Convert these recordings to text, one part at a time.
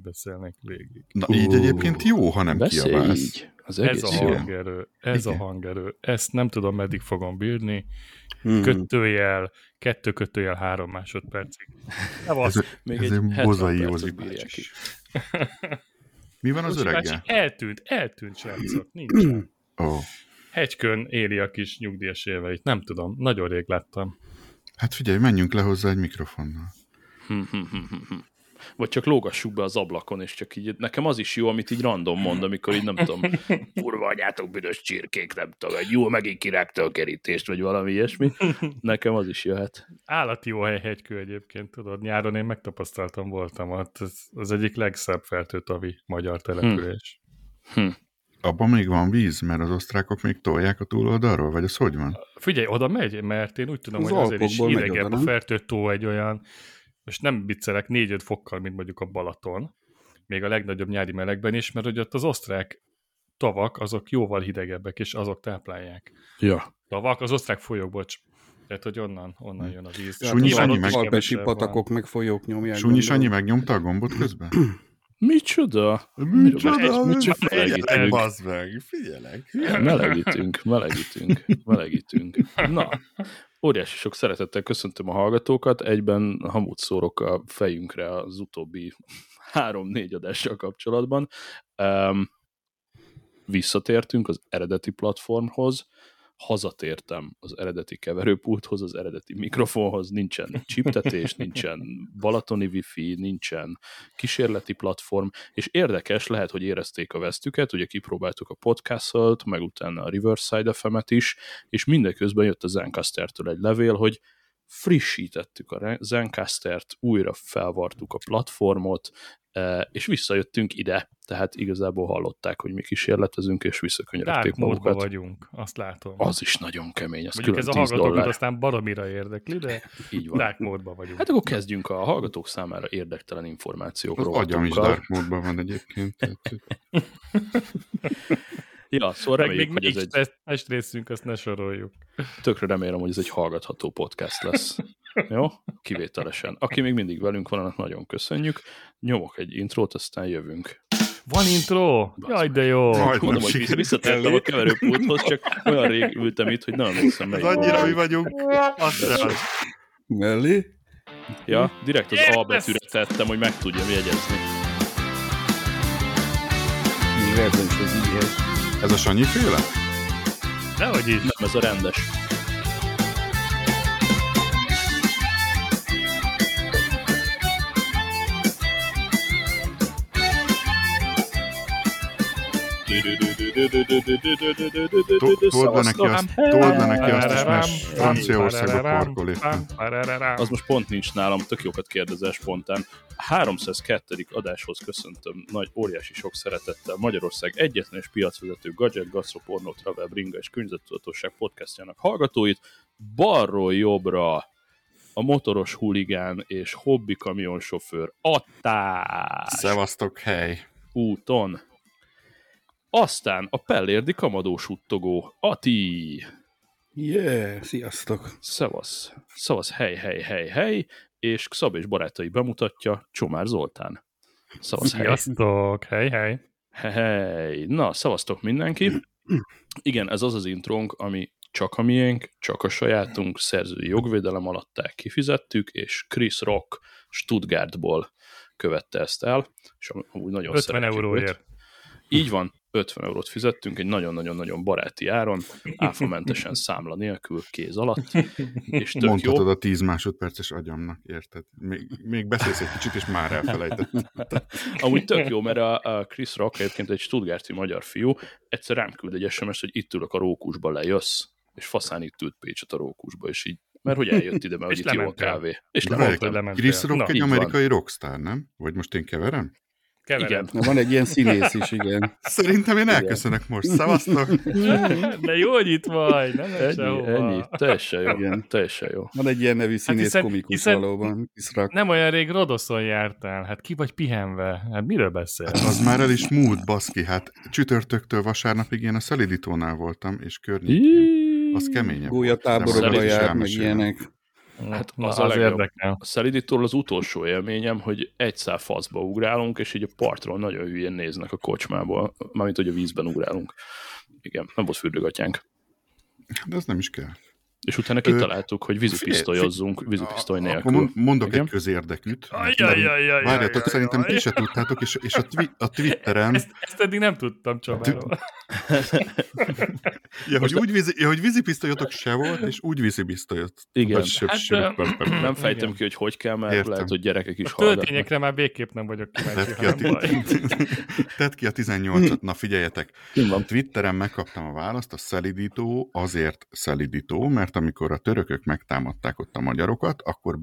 beszélnék végig. Na így egyébként jó, ha nem kiabálsz. Így. Az egész ez a hangerő. Ezt nem tudom, meddig fogom bírni. Kötőjel, 2 + 3 másodpercig. Még ez egy bozai 70 Józsi percig bírják is. Mi van az öreggel? Eltűnt srácok, nincsen. Oh. Hegykön éli a kis nyugdíjas éveit, nem tudom, nagyon rég láttam. Hát figyelj, menjünk le hozzá egy mikrofonnal. Vagy csak lógassuk be az ablakon, és csak így, nekem az is jó, amit így random mond, amikor így nem tudom, kurva anyátok büdös csirkék, nem tudom, egy jó megint kirágta a kerítést, vagy valami ilyesmi. Nekem az is jöhet. Állati jó Hegykő egyébként, tudod, nyáron én megtapasztaltam, voltam ott, az egyik legszebb feltőtavi magyar település. Abban még van víz, mert az osztrákok még tolják a túloldalról, vagy az hogy van? Figyelj, oda megy, mert én úgy tudom, az hogy azért is idegebb oda, a Fertőtó egy olyan, most nem viccelek, 4-5 fokkal, mint mondjuk a Balaton, még a legnagyobb nyári melegben is, mert hogy ott az osztrák tavak, azok jóval hidegebbek, és azok táplálják. Ja. Tavak, az osztrák folyók, bocs. Tehát, hogy onnan jön a víz. Sunyi Sanyi alpesi patakok meg folyók nyomják. Sunyi Sanyi megnyomta a gombot közben? Micsoda? Figyelek, bazd meg, figyelek. Melegítünk. Na, óriási sok szeretettel köszöntöm a hallgatókat, egyben hamut szórok a fejünkre az utóbbi 3-4 adással kapcsolatban. Visszatértünk az eredeti platformhoz, hazatértem az eredeti keverőpulthoz, az eredeti mikrofonhoz, nincsen csiptetés, nincsen balatoni wifi, nincsen kísérleti platform, és érdekes, lehet, hogy érezték a vesztüket, ugye kipróbáltuk a Podcastle-t, meg utána a Riverside FM-et is, és mindeközben jött a Zencastr-től egy levél, hogy frissítettük a Zencastrt, újra felvartuk a platformot, és visszajöttünk ide, tehát igazából hallották, hogy mi kísérletezünk, és visszakönyörögték magukat. Dark módban vagyunk, azt látom. Az is nagyon kemény, az mondjuk külön ez a hallgatókat $10. aztán baromira érdekli, de így van. dark módban vagyunk. Hát akkor kezdjünk a hallgatók számára érdektelen információk Az agyam is dark módban van egyébként. Ja, szóval reméljük, hogy ez egy... Test részünk, azt ne soroljuk. Tökre remélem, hogy ez egy hallgatható podcast lesz. Jó? Kivételesen. Aki még mindig velünk van, annak nagyon köszönjük. Nyomok egy intrót, aztán jövünk. Van intro? Jaj, de jó! Mondom, hogy visszatértem a keverőpulthoz, csak olyan rég ültem itt, hogy nem emlékszem melyik. Az annyira mi vagyunk. Azt Mellé? Ja, direkt az A betűre tettem, hogy meg tudjam jegyezni. Mi verzenys az így. Ez a Sanyi féle? Dehogy is. Nem, ez a rendes. Told le neki azt is, mert Franciaországba parkol éppen. Az most pont nincs nálam, tök jókat kérdezel spontán. 302. adáshoz köszöntöm nagy, óriási sok szeretettel Magyarország egyetlen és piacvezető gadget, gasztropornó, travel, bringa és környezettudatosság podcastjának hallgatóit. Balról jobbra a motoros huligán és hobbi kamionsofőr Attás. Szevasztok, hely! Úton. Aztán a pellérdi kamadó suttogó Ati. Yeah, sziasztok! Szavasz, hely, és Szab és barátai bemutatja Csomár Zoltán. Szavasz, sziasztok, hely. Hely. Na, szavaztok mindenki. Igen, ez az az intrónk, ami csak a miénk, csak a sajátunk, szerzői jogvédelem alatt kifizettük, és Chris Rock Stuttgartból követte ezt el, és amúgy nagyon 50 euróért. Így van, 50 eurót fizettünk egy nagyon-nagyon-nagyon baráti áron, áfamentesen számla nélkül, kéz alatt, és tök mondhatod jó. a 10 másodperces agyamnak, érted? Még beszélsz egy kicsit, és már elfelejtettem. Amúgy tök jó, mert a Chris Rock egyébként egy stuttgarti magyar fiú, egyszer rám küld egy SMS-t, hogy itt ülök a Rókusba, lejössz, és faszán itt ült Pécset a Rókusba, és így, mert hogy eljött ide, mert hogy itt jó a kávé. És Chris Rock egy amerikai rockstar, nem? Vagy most én keverem? Igen. Van egy ilyen színész is, igen. Szerintem én elköszönök most. Szevasztok! De jó, hogy itt vagy, nem ennyi. Teljesen jó. Van egy ilyen nevű színész komikus valóban. Nem olyan rég Rodoszon jártál, hát ki vagy pihenve? Hát miről beszélsz? Az már el is múlt, baszki, hát csütörtöktől vasárnapig én a Szelidítónál voltam, és környékén. Az keményebb. Gólyatáborokba jár, meg ilyenek. Hát Na, az a legjobb. érdekel. A Szeliditől az utolsó élményem, hogy egy szál faszba ugrálunk, és így a partról nagyon hülyén néznek a kocsmából, mármint, hogy a vízben ugrálunk. Igen, nem volt fürdőgatyánk. De ez nem is kell. És utána kitaláltuk, hogy vízipisztolyozzunk, vízipisztoly nélkül. Akkor mondok Igen? egy közérdekűt. Ajajajajajaj. Várjátok, szerintem ti se tudtátok, és a Twitteren... Ezt eddig nem tudtam Csabáról. hogy vízipisztolyotok se volt, és úgy vízipisztolyot. Igen. Nem fejtem igen. ki, hogy kell, mert Értem. lehet, hogy gyerekek is A hallgatnak. történekre már végképp nem vagyok kíváncsi, Tedd ki a 18-at, na figyeljetek. Van. Twitteren megkaptam a választ, a szelidító azért szelidító, mert amikor a törökök megtámadták ott a magyarokat, akkor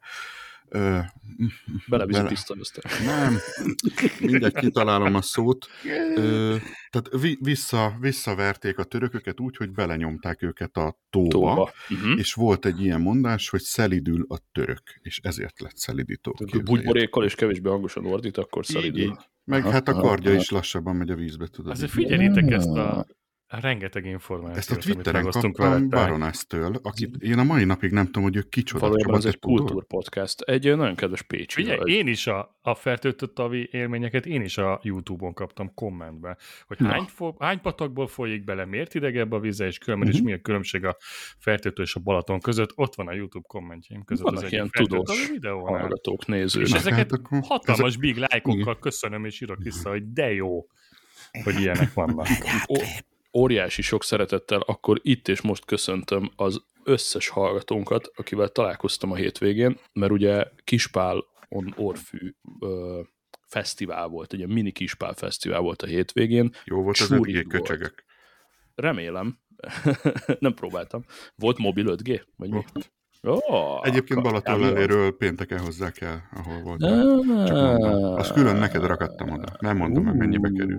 Belevízipisztolyozták. Nem, mindjárt kitalálom a szót. Tehát visszaverték a törököket úgy, hogy belenyomták őket a tóba. És volt egy ilyen mondás, hogy szelidül a török, és ezért lett szelidító. Bugyborékkal és kevésbé hangosan ordít, akkor szelidül. Meg hát a kardja is lassabban megy a vízbe, tudod. Azért figyeljétek ezt a rengeteg információt, ezt a Twitteren kaptam Baroness-től, akit én a mai napig nem tudom, hogy ő kicsoda. Valójában ez egy kultúrpodcast. Egy nagyon kedves pécsi. Figyelj, én is a fertőtött tavi élményeket én is a YouTube-on kaptam kommentbe, hogy hány patakból folyik bele, miért hidegebb a víze, és különben is mi a különbség a Fertőtő és a Balaton között. Ott van a YouTube kommentjeim között. Vannak ilyen tudós hallgatók, nézők. És ezeket hatalmas big lájkokkal köszönöm, és írok vissza, hogy de jó, hogy ilyenek vannak. Óriási sok szeretettel akkor itt és most köszöntöm az összes hallgatónkat, akivel találkoztam a hétvégén, mert ugye Kispál Orfű fesztivál volt, egy mini Kispál fesztivál volt a hétvégén. Jó volt az 5G köcsögök. Remélem. Nem próbáltam. Volt mobil 5G? Vagy mi? Egyébként Balaton leléről pénteken hozzá kell, ahol volt. Csak mondom. Azt külön neked rakadtam oda. Nem mondom meg, mennyibe kerül.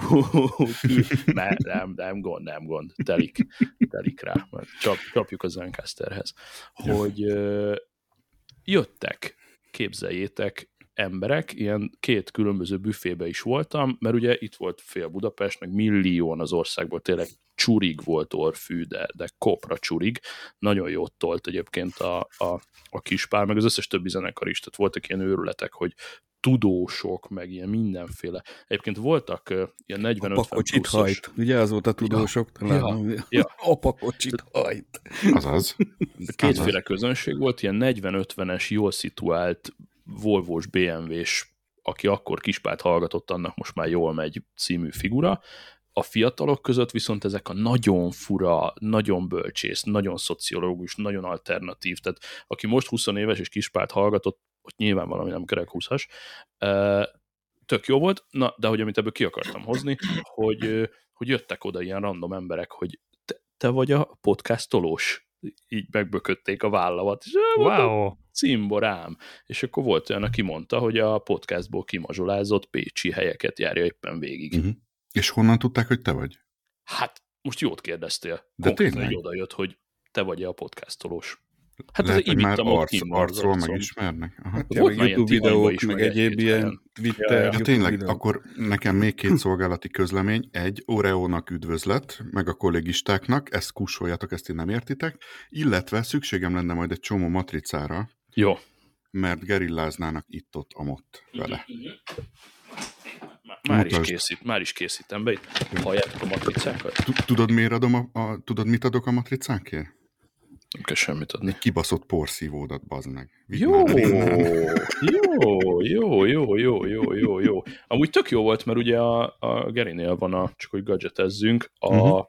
Nem gond. Telik rá. Csapjuk a Zencasterhez. Hogy jöttek, képzeljétek, emberek, ilyen 2 különböző büfébe is voltam, mert ugye itt volt fél Budapest, meg millióan az országból, tényleg csurig volt Orfű, de kopra csurig. Nagyon jót tolt egyébként a Kispál, meg az összes többi zenekar is, tehát voltak ilyen őrületek, hogy tudósok, meg ilyen mindenféle. Egyébként voltak ilyen 40-50 Apakocsit hajt. Ugye az volt a tudósok? Ja. Apakocsit hajt. Azaz. Kétféle közönség volt, ilyen 40-50-es, jól szituált Volvós, BMW-s, aki akkor Kispált hallgatott, annak most már jól megy című figura. A fiatalok között viszont ezek a nagyon fura, nagyon bölcsész, nagyon szociológus, nagyon alternatív, tehát aki most 20 éves és Kispált hallgatott, ott nyilván valami nem kerek 20-as, tök jó volt, na, de hogy amit ebből ki akartam hozni, hogy jöttek oda ilyen random emberek, hogy te vagy a podcastolós, így megbökötték a vállamat, és wow. Cimborám. És akkor volt olyan, aki mondta, hogy a podcastból kimazsolázott pécsi helyeket járja éppen végig. Uh-huh. És honnan tudták, hogy te vagy? Hát, most jót kérdeztél. De tényleg? Odajött, hogy te vagy a podcastolós. Hát lehet, hogy már arcról megismernek. Volt már YouTube videók, meg egyéb ilyen Twitter. Ja, tényleg, videók. Akkor nekem még 2 szolgálati közlemény. Egy, Oreónak üdvözlet, meg a kollégistáknak, ezt kussoljátok, ezt én nem értitek. Illetve szükségem lenne majd egy csomó matricára. Jó. Mert gerilláznának itt-ott, amott vele. Már is készítem be. Halljátok a matricákat? Tudod, miért tudod, mit adok a matricákért? Nem kell semmit adni. Kibaszott porszívódat, bazd meg. Jó. Amúgy tök jó volt, mert ugye a Gerinél van csak hogy gadgetezzünk, a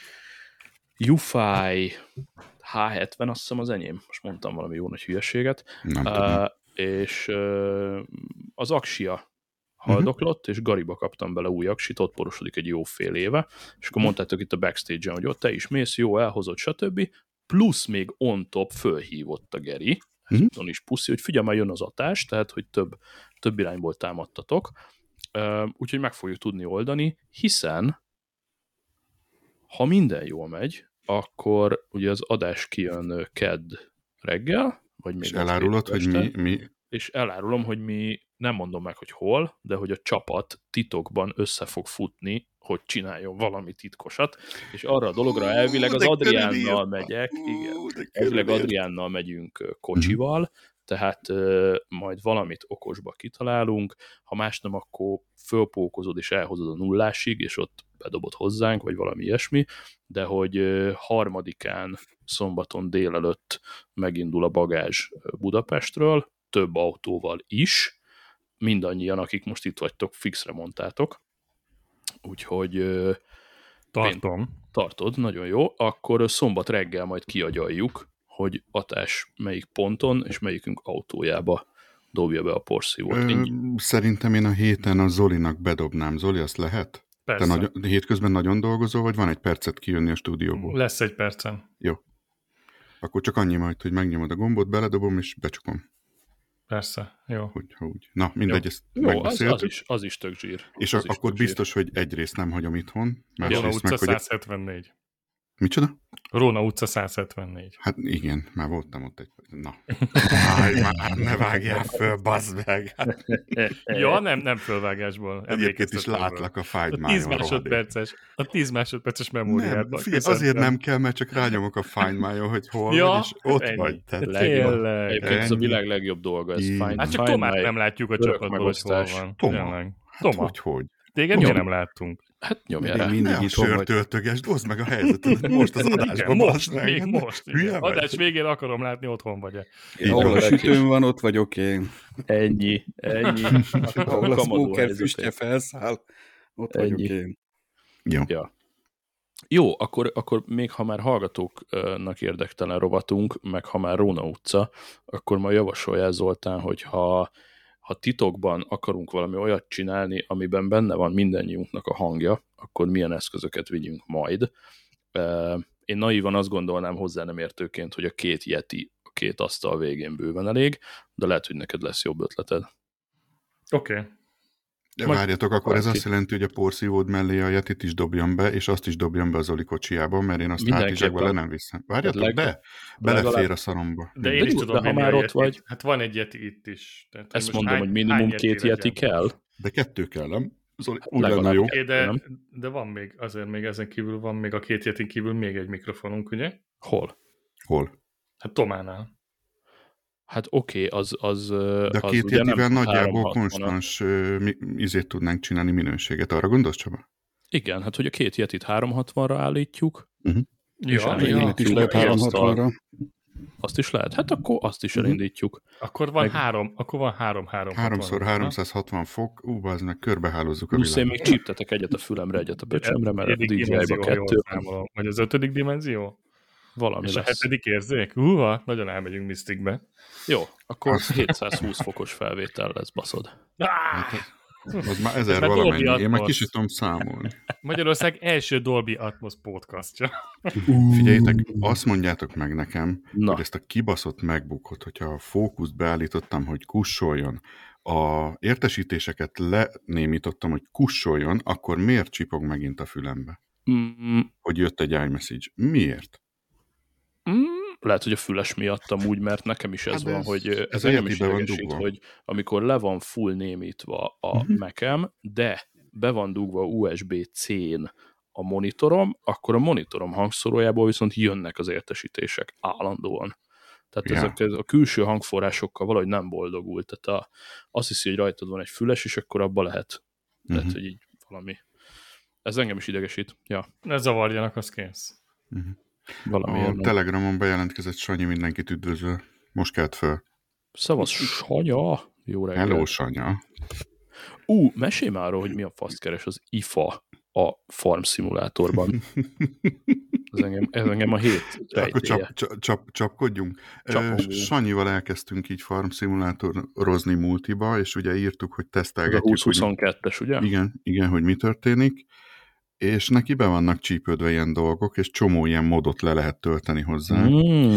UFI H70, azt hiszem az enyém. Most mondtam valami jó nagy hülyeséget. És az Axia haldoklott, és Gariba kaptam bele új aksit, ott porosodik egy jó fél éve, és akkor mondtátok itt a backstage-en, hogy ott te is mész, jó, elhozott, stb. Plusz még on top fölhívott a Geri, on is puszi, hogy figyelj, már jön az atás, tehát, hogy több irányból támadtatok, úgyhogy meg fogjuk tudni oldani, hiszen ha minden jól megy, akkor ugye az adás kijön kedd reggel, vagy még és elárulod, hogy mi? És elárulom, hogy mi nem mondom meg, hogy hol, de hogy a csapat titokban össze fog futni, hogy csináljon valami titkosat, és arra a dologra elvileg az Adriánnal megyek, igen, elvileg Adriánnal megyünk kocsival, tehát majd valamit okosba kitalálunk, ha más nem, akkor fölpókozod és elhozod a nullásig, és ott bedobod hozzánk, vagy valami ilyesmi, de hogy 3-án szombaton délelőtt megindul a bagázs Budapestről, több autóval is, mindannyian, akik most itt vagytok, fixre mondtátok, úgyhogy tartod, nagyon jó, akkor szombat reggel majd kiagyaljuk, hogy Atás melyik ponton és melyikünk autójába dobja be a porszívót. Szerintem én a héten a Zolinak bedobnám. Zoli, azt lehet? Persze. Te hétközben nagyon dolgozol, vagy van egy percet kijönni a stúdióból? Lesz egy percen. Jó. Akkor csak annyi majd, hogy megnyomod a gombot, beledobom és becsukom. Persze, jó. Úgy. Na, mindegy, ezt jó, megbeszéltük. Az is tök zsír. És akkor biztos, hogy egyrészt nem hagyom itthon. Róna utca meg, 174. Micsoda? Róna utca 174. Hát igen, már voltam ott egy... Na. Már ne vágjál föl, bazd meg! Ja, nem fölvágásból. Egyébként is látlak a fájtmájon. A 10 másodperces memóriádban. Azért nem kell, mert csak rányomok a fájtmájon, hogy hol vagy, és ott ennyi. vagy. Tényleg. Egyébként ez a világ legjobb dolga. Hát csak Tomát nem látjuk a csapatból, hogy hol van. Toma? Hogy? Téged ugye nem láttunk? Hát nyomja rá. Ne a sörtöltögesd, oszd meg a helyzetet, most az adásban. Még most. Adás végén akarom látni, otthon vagy-e. Ahol a sütőn van, ott vagyok én. Ennyi. Ahol a smoker füstje felszáll, ott vagyok én. Jó. Ja. Jó, akkor még ha már hallgatóknak érdektelen rovatunk, meg ha már Róna utca, akkor ma javasoljál, Zoltán, hogy ha titokban akarunk valami olyat csinálni, amiben benne van mindennyiunknak a hangja, akkor milyen eszközöket vigyünk majd. Én naívan azt gondolnám hozzá nem értőként, hogy a 2 Yeti a 2 asztal végén bőven elég, de lehet, hogy neked lesz jobb ötleted. Oké. Várjatok, akkor ez azt jelenti, hogy a porszívód mellé a Yetit is dobjam be, és azt is dobjam be az Zoli kocsiába, mert én azt hátizsákban le nem viszem. Várjatok, de belefér a szaromba. De én is tudom, ha már ott vagy. Hát van egy Yeti itt is. Tehát, ezt mondom, hogy minimum 2 Yeti kell. De 2 kell, nem? Zoli, Hát úgy lenne jó. De van még, azért még ezen kívül van még a 2 Yetin kívül még egy mikrofonunk, ugye? Hol? Hát Tománál. Hát oké, az de a 2 Yetivel nagyjából konstans izét tudnánk csinálni, minőséget. Arra gondolsz, Csaba? Igen, hát hogy a 2 Yetit 360-ra állítjuk. Ja, is lehet 360-ra. Azt is lehet? Hát akkor azt is elindítjuk. Akkor van 360. 3x360 fok, az meg körbehálózzuk a világot. Plusz én még csíptetek egyet a fülemre, egyet a pöcsemre, mert a DJI-ba 2. Vagy az 5. dimenzió? Valami és lesz. a 7. érzék? Nagyon elmegyünk Mysticbe. Jó, akkor 720 fokos felvétel lesz, baszod. Az már 1000 valamennyi. Én meg kicsit tudom számolni. Magyarország első Dolby Atmos podcastja. Figyeljétek, azt mondjátok meg nekem, hogy ezt a kibaszott MacBookot, hogyha a fókuszt beállítottam, hogy kussoljon, a értesítéseket lenémítottam, hogy kussoljon, akkor miért csipog megint a fülembe? Hogy jött egy iMessage. Miért? Lehet, hogy a füles miatt amúgy, mert nekem is ez van, hogy ez engem is idegesít, hogy amikor le van full némítva a Mac-em, de be van dugva USB-C-n a monitorom, akkor a monitorom hangszórójából viszont jönnek az értesítések állandóan. Tehát ezek a külső hangforrásokkal valahogy nem boldogult. Tehát azt hiszi, hogy rajtad van egy füles, és akkor abba lehet. Tehát, hogy így valami. Ez engem is idegesít. Ja. Ne zavarjanak, az kész. A Telegramon bejelentkezett Sanyi, mindenkit üdvözöl. Most kelt föl. Szavasz, Sanya! Jó reggel. Hello, Sanya. Mesélj már arról, hogy mi a faszt keres az IFA a farm szimulátorban. ez engem a hét rejtélye. Akkor csapkodjunk. Sanyival elkezdtünk így farm szimulátorozni multiba, és ugye írtuk, hogy tesztelgetjük. A 2022-es, ugye? Igen, hogy mi történik. És neki be vannak csípődve ilyen dolgok, és csomó ilyen modot le lehet tölteni hozzá.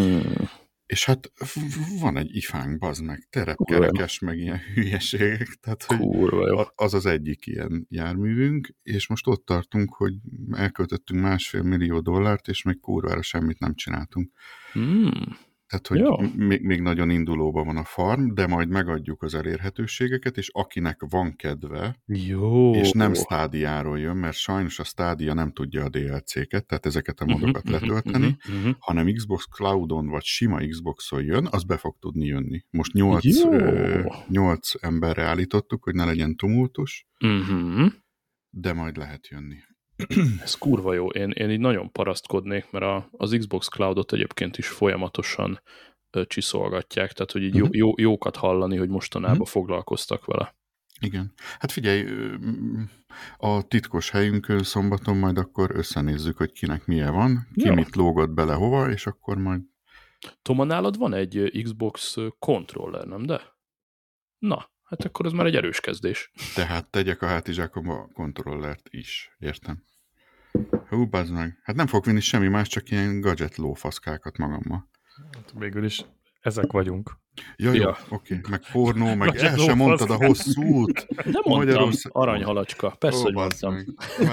És hát van egy ifánk, bazd meg, terepkerekes, meg ilyen hülyeségek. Tehát, hogy az egyik ilyen járművünk, és most ott tartunk, hogy elköltöttünk $1,5 millió, és még kurvára semmit nem csináltunk. Tehát, hogy még nagyon indulóban van a farm, de majd megadjuk az elérhetőségeket, és akinek van kedve, és nem Stadia-ról jön, mert sajnos a Stadia nem tudja a DLC-ket, tehát ezeket a modokat letölteni, hanem Xbox Cloudon vagy sima Xboxon jön, az be fog tudni jönni. Most 8 emberre állítottuk, hogy ne legyen tumultus, de majd lehet jönni. Ez kurva jó. Én így nagyon parasztkodnék, mert az Xbox Cloudot egyébként is folyamatosan csiszolgatják, tehát hogy így jókat hallani, hogy mostanában foglalkoztak vele. Igen. Hát figyelj, a titkos helyünkön szombaton majd akkor összenézzük, hogy kinek milyen van, ki mit lógott bele hova, és akkor majd... Toma, nálad van egy Xbox controller, nem de? Na, hát akkor ez már egy erős kezdés. Tehát tegyek a hátizsákomba a kontrollert is, értem. Hú, bazd meg. Hát nem fogok vinni semmi más, csak ilyen gadget lófaszkákat magammal. Hát végül is ezek vagyunk. Ja. Oké. Meg pornó, meg el sem mondtad a hosszút. Nem mondtam, aranyhalacska. Persze, hogy mondtam.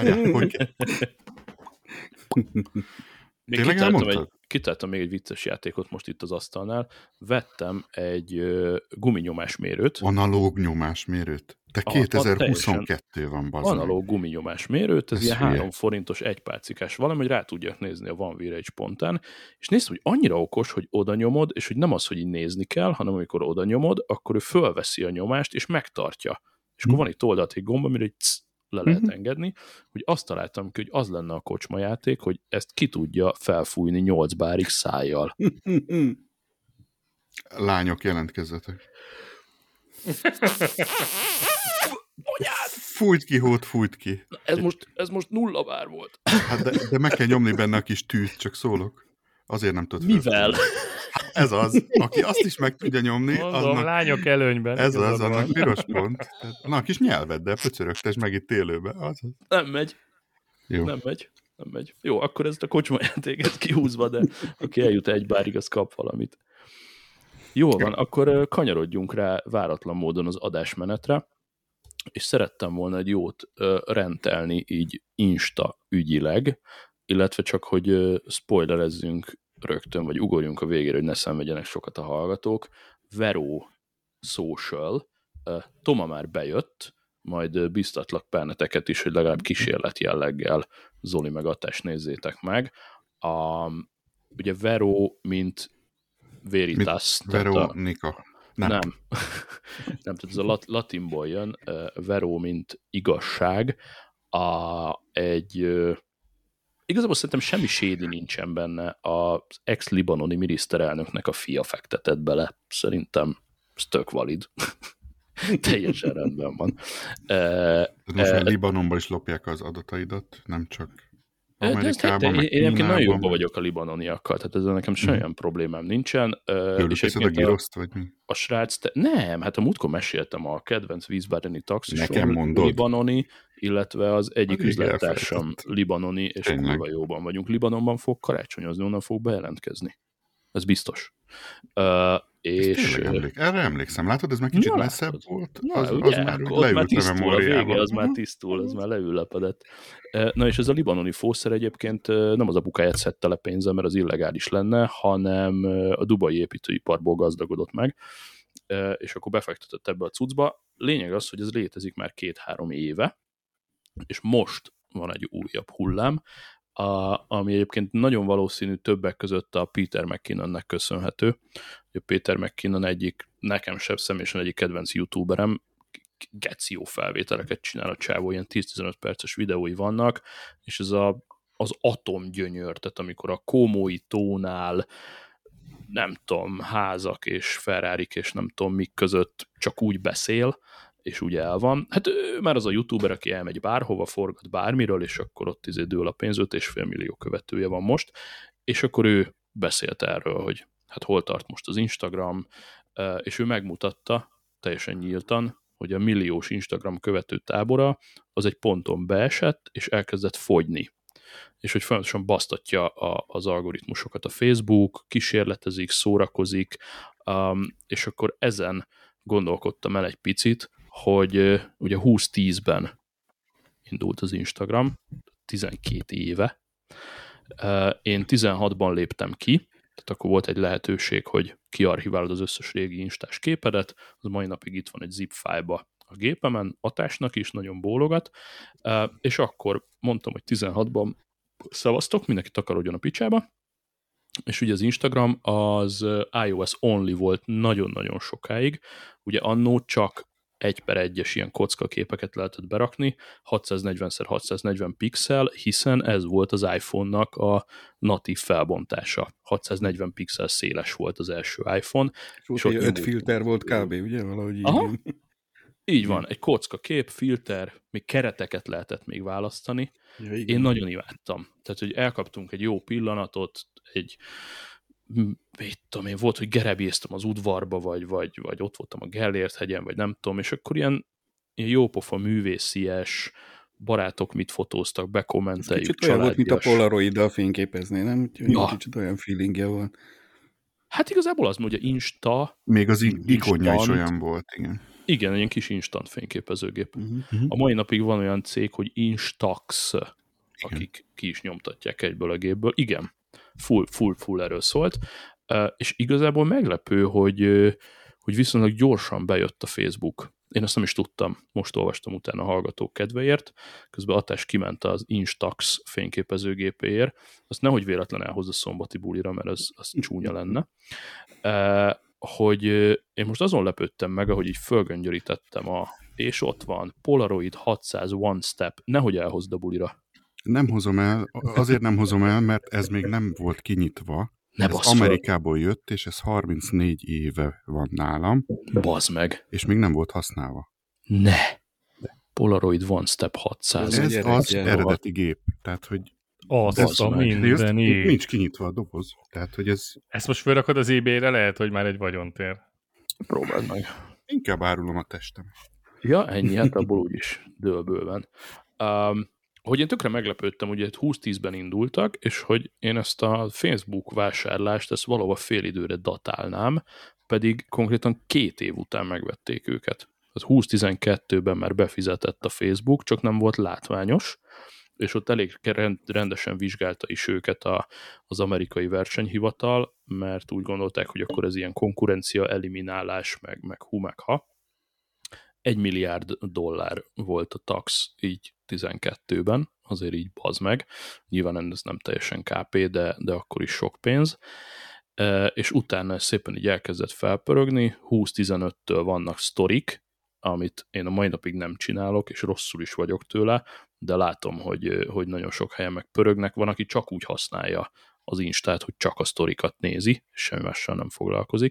Tényleg elmondtad? Kitaláltam még egy vicces játékot most itt az asztalnál. Vettem egy guminyomásmérőt. Analóg nyomásmérőt? Te 2022 van, bazd. Analóg guminyomásmérőt, ez ilyen 3 forintos egypálcikás valami, hogy rá tudjak nézni a Vanvire egy spontán, és nézd, hogy annyira okos, hogy oda nyomod, és hogy nem az, hogy így nézni kell, hanem amikor oda nyomod, akkor ő fölveszi a nyomást, és megtartja. És akkor van itt oldalt egy gomb, amire le lehet engedni, hogy azt találtam ki, hogy az lenne a kocsmajáték, hogy ezt ki tudja felfújni 8 bárig szájjal. Lányok, jelentkezzetek. Fújt ki, hót, fújt ki. Na, ez most 0 bár volt. Hát de meg kell nyomni benne a kis tűt, csak szólok. Azért nem tudod. Mivel? Hát ez az, aki azt is meg tudja nyomni. Mondom, aznak, lányok előnyben. Ez az, annak piros pont. Tehát, na, a kis nyelveddel pöcörögtes meg itt élőben. Az. Nem megy. Jó. Nem megy. Jó, akkor ezt a kocsmajátéket kihúzva, de aki eljut 1 bárig, az kap valamit. Jól van, akkor kanyarodjunk rá váratlan módon az adásmenetre, és szerettem volna egy jót rendelni így Insta ügyileg, illetve csak, hogy spoilerezzünk rögtön, vagy ugorjunk a végére, hogy ne szenvedjenek sokat a hallgatók. Vero Social, Toma már bejött, majd biztatlak benneteket is, hogy legalább kísérlet jelleggel Zoli meg Attás nézzétek meg. Ugye Vero, mint Veritas. Veronika. Nem, tehát ez a latinból jön, Vero, mint igazság. Igazából szerintem semmi shady nincsen benne, az ex-libanoni miniszterelnöknek a fia fektetett bele. Szerintem ez tök valid. Teljesen rendben van. Most már Libanonban is lopják az adataidat, nem csak Amerikában, meg én egyébként nagyon jobban vagyok a libanoniakkal, tehát ezzel nekem semmilyen problémám nincsen. És a giroszt, vagy mi? A srác, nem, hát a múltkor meséltem a kedvenc vízbáreni taxisról, a libanoni, illetve az egyik üzlettársam libanoni, és kurva jóban vagyunk. Libanonban fog karácsonyozni, onnan fog bejelentkezni. Ez biztos. És erre emlékszem, látod, ez már kicsit messzebb volt, az már leült a memóriában. Az már tisztul, az már leüllepedett. Na és ez a libanoni fószer egyébként nem az apukáját szedte le pénzzel, mert az illegális lenne, hanem a dubai építőiparból gazdagodott meg, és akkor befektetett ebbe a cuccba. Lényeg az, hogy ez létezik már 2-3 éve, és most van egy újabb hullám, ami egyébként nagyon valószínű többek között a Peter McKinnonnek köszönhető. A Peter McKinnon egyik, nekem sem személyesen egyik kedvenc youtuberem, geci jó felvételeket csinál a csávó, ilyen 10-15 perces videói vannak, és ez az atomgyönyör, tehát amikor a Komói tónál nem tudom, házak és Ferrarik és nem tudom mik között csak úgy beszél, és úgy el van. Hát ő már az a youtuber, aki elmegy bárhova, forgat bármiről, és akkor ott dől a pénz, 5,5 millió követője van most, és akkor ő beszélt erről, hogy hát hol tart most az Instagram, és ő megmutatta teljesen nyíltan, hogy a milliós Instagram követő tábora az egy ponton beesett, és elkezdett fogyni. És hogy folyamatosan basztatja az algoritmusokat a Facebook, kísérletezik, szórakozik, és akkor ezen gondolkodtam el egy picit, hogy ugye 2010-ben indult az Instagram, 12 éve. Én 16-ban léptem ki, Tehát akkor volt egy lehetőség, hogy kiarchiválod az összes régi instás képedet, az mai napig itt van egy zip file-ba a gépemen, Atásnak is nagyon bólogat, és akkor mondtam, hogy 16-ban szavaztok, mindenki takarodjon a picsába, és ugye az Instagram az iOS only volt nagyon-nagyon sokáig, ugye annó csak 1/1-es ilyen kockaképeket lehetett berakni, 640x640 pixel, hiszen ez volt az iPhone-nak a natív felbontása. 640 pixel széles volt az első iPhone. És 5 filter volt kb. Ugye? Valahogy így. Így van, egy kockakép, filter, még kereteket lehetett még választani. Ja, én nagyon imádtam. Tehát, hogy elkaptunk egy jó pillanatot, volt, hogy gerebéztem az udvarba, vagy ott voltam a Gellért hegyen, vagy nem tudom, és akkor ilyen jópofa művészies barátok mit fotóztak, bekommenteljük, kicsit olyan volt, mint a Polaroiddal fényképezni, nem? Kicsit olyan feelingje volt. Hát igazából az, hogy Insta... Még az ikonja is olyan volt, igen. Igen, egy ilyen kis instant fényképezőgép. A mai napig van olyan cég, hogy Instax, akik ki is nyomtatják egyből a gépből. Igen, full erről szólt. És igazából meglepő, hogy viszonylag gyorsan bejött a Facebook. Én azt nem is tudtam, most olvastam utána a hallgatók kedvéért, közben Atás kiment az Instax fényképezőgépéért, azt nehogy véletlen elhozza szombati bulira, mert az csúnya lenne. Hogy én most azon lepődtem meg, ahogy így fölgöngyörítettem és ott van, Polaroid 600 One Step, nehogy elhozd a bulira. Nem hozom el, azért nem hozom el, mert ez még nem volt kinyitva. Ez Amerikából jött, és ez 34 éve van nálam. Bazd meg. És még nem volt használva. Ne! Polaroid One Step 600. Ez az eredeti gép. Tehát, hogy azt a mindenit. Nincs kinyitva a doboz. Tehát, hogy ez... Ezt most felrakod az eBay-re, lehet, hogy már egy vagyontér. Próbáld meg. Inkább árulom a testem. Ja, ennyi, hát abból úgyis dől bőven. Hogy én tökre meglepődtem, ugye 2010-ben indultak, és hogy én ezt a Facebook vásárlást, ezt valahol fél időre datálnám, pedig konkrétan 2 év után megvették őket. Tehát 2012-ben már befizetett a Facebook, csak nem volt látványos, és ott elég rendesen vizsgálta is őket az amerikai versenyhivatal, mert úgy gondolták, hogy akkor ez ilyen konkurencia eliminálás, meg hú, meg ha. $1 milliárd volt a tax így 12-ben, azért így bazd meg. Nyilván ez nem teljesen KP, de akkor is sok pénz. És utána szépen így elkezdett felpörögni, 2015-től vannak sztorik, amit én a mai napig nem csinálok, és rosszul is vagyok tőle, de látom, hogy nagyon sok helyen megpörögnek. Van, aki csak úgy használja az Instát, hogy csak a sztorikat nézi, és semmi mással nem foglalkozik.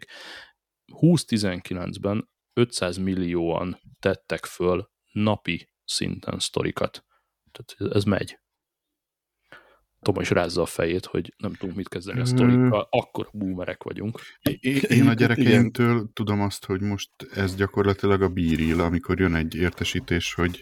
2019-ben 500 millióan tettek föl napi szinten sztorikat. Tehát ez megy. Toma is rázza a fejét, hogy nem tudunk mit kezdeni a sztorikkal, akkor boomerek vagyunk. Én a gyerekeimtől tudom azt, hogy most ez gyakorlatilag a BeReal, amikor jön egy értesítés, hogy...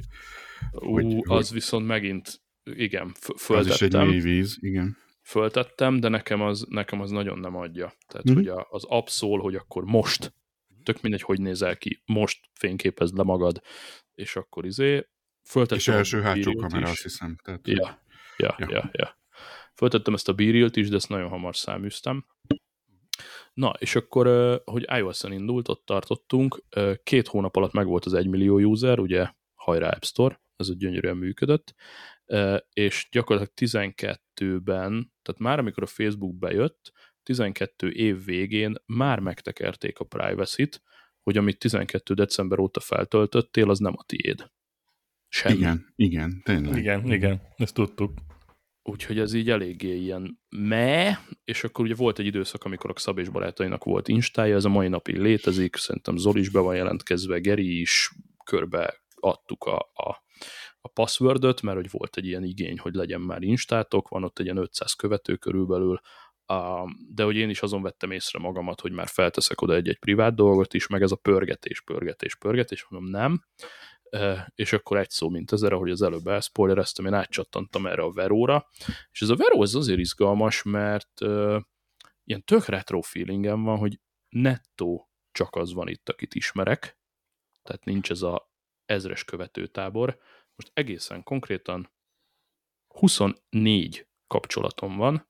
Az viszont megint, igen, föltettem. Az is egy mély víz, igen. Föltettem, de nekem az nagyon nem adja. Tehát, hogy az app szól, hogy akkor most, tök mindegy, hogy nézel ki, most fényképezd le magad, és akkor föltettem. És első hátsó kamera, azt hiszem. Tehát, ja. Föltettem ezt a BeRealt is, de ezt nagyon hamar száműztem. Na, és akkor, hogy iOS-en indult, ott tartottunk, 2 hónap alatt megvolt az 1 millió user, ugye hajrá App Store, ez úgy gyönyörűen működött, és gyakorlatilag 12-ben, tehát már amikor a Facebook bejött, 12 év végén már megtekerték a privacy-t, hogy amit 12 december óta feltöltöttél, az nem a tiéd. Semmi. Igen, tényleg. Igen, ezt tudtuk. Úgyhogy ez így eléggé ilyen és akkor ugye volt egy időszak, amikor a Szabés barátainak volt instája, ez a mai napig létezik, szerintem Zoli is be van jelentkezve, Geri is, körbe adtuk a passwordöt, mert hogy volt egy ilyen igény, hogy legyen már instátok, van ott egy ilyen 500 követő körülbelül, de hogy én is azon vettem észre magamat, hogy már felteszek oda egy privát dolgot is, meg ez a pörgetés, mondom nem, és akkor egy szó mint ezer, ahogy az előbb elszpoilereztem, én átcsattantam erre a Veróra, és ez a Veró ez azért izgalmas, mert ilyen tök retro feelingem van, hogy nettó csak az van itt, akit ismerek, tehát nincs ez a 1000-es követőtábor, most egészen konkrétan 24 kapcsolatom van,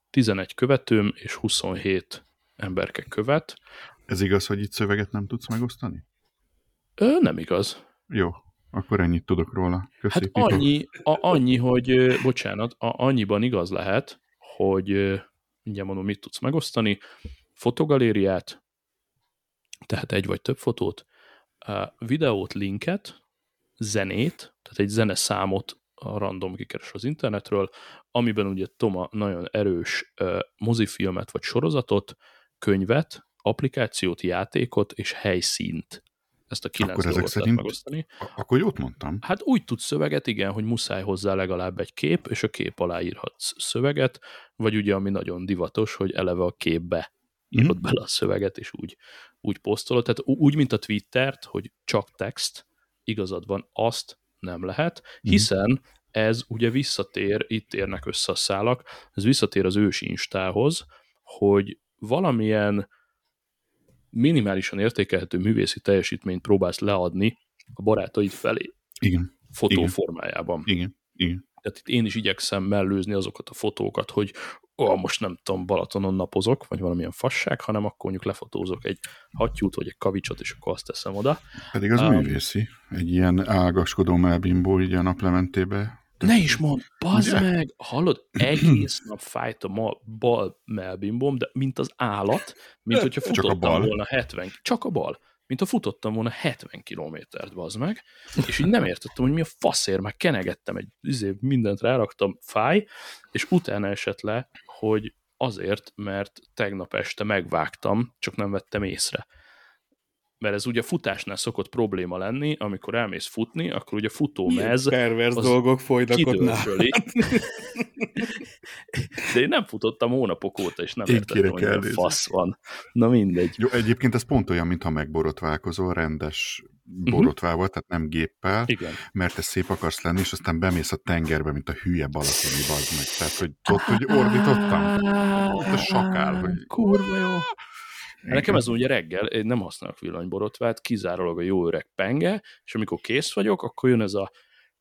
11 követőm és 27 emberke követ. Ez igaz, hogy itt szöveget nem tudsz megosztani? Nem igaz. Jó, akkor ennyit tudok róla. Köszi, hát annyi, hogy, bocsánat, annyiban igaz lehet, hogy mindjárt mondom, mit tudsz megosztani, fotogalériát, tehát egy vagy több fotót, videót, linket, zenét, tehát egy zeneszámot a random kikeres az internetről, amiben ugye Toma nagyon erős mozifilmet vagy sorozatot, könyvet, applikációt, játékot és helyszínt. Ezt a 9 dolgot lehet megosztani. Akkor jót mondtam. Hát úgy tudsz szöveget, igen, hogy muszáj hozzá legalább egy kép, és a kép alá írhatsz szöveget, vagy ugye, ami nagyon divatos, hogy eleve a képbe írod bele a szöveget, és úgy posztolod. Tehát úgy, mint a Twittert, hogy csak text, igazad van, azt nem lehet, hiszen ez ugye visszatér, itt érnek össze a szálak, ez visszatér az ősi Instához, hogy valamilyen minimálisan értékelhető művészi teljesítményt próbálsz leadni a barátaid felé. Igen. Fotóformájában. Igen. Tehát itt én is igyekszem mellőzni azokat a fotókat, hogy most nem tudom, Balatonon napozok, vagy valamilyen fasság, hanem akkor mondjuk lefotózok egy hattyút, vagy egy kavicsot, és akkor azt teszem oda. Pedig az művészi. Egy ilyen ágaskodó melbimbó így a naplementébe. Ne is mondd, bazd meg! Hallod, egész nap fájt a bal melbimbom, de mint az állat, mint hogyha futottam volna 70, csak a bal, mint ha futottam volna 70 kilométert, bazd meg, és így nem értettem, hogy mi a faszért, már kenegettem, mindent ráraktam, fáj, és utána esett le, hogy azért, mert tegnap este megvágtam, csak nem vettem észre. Mert ez ugye a futásnál szokott probléma lenni, amikor elmész futni, akkor ugye a futómez pervers dolgok folynak ott. De én nem futottam hónapok óta, és nem értettem, hogy milyen fasz van. Na mindegy. Jó, egyébként ez pont olyan, mintha megborotválkozol rendes borotvával, tehát nem géppel, igen. Mert te szép akarsz lenni, és aztán bemész a tengerbe, mint a hülye balatoni bazd meg. Tehát, hogy ott, hogy ordítottam. Ott a sakál, hogy... Kurva jó. Nekem ez ugye reggel, én nem használok villanyborotvát, kizárólag a jó öreg penge, és amikor kész vagyok, akkor jön ez a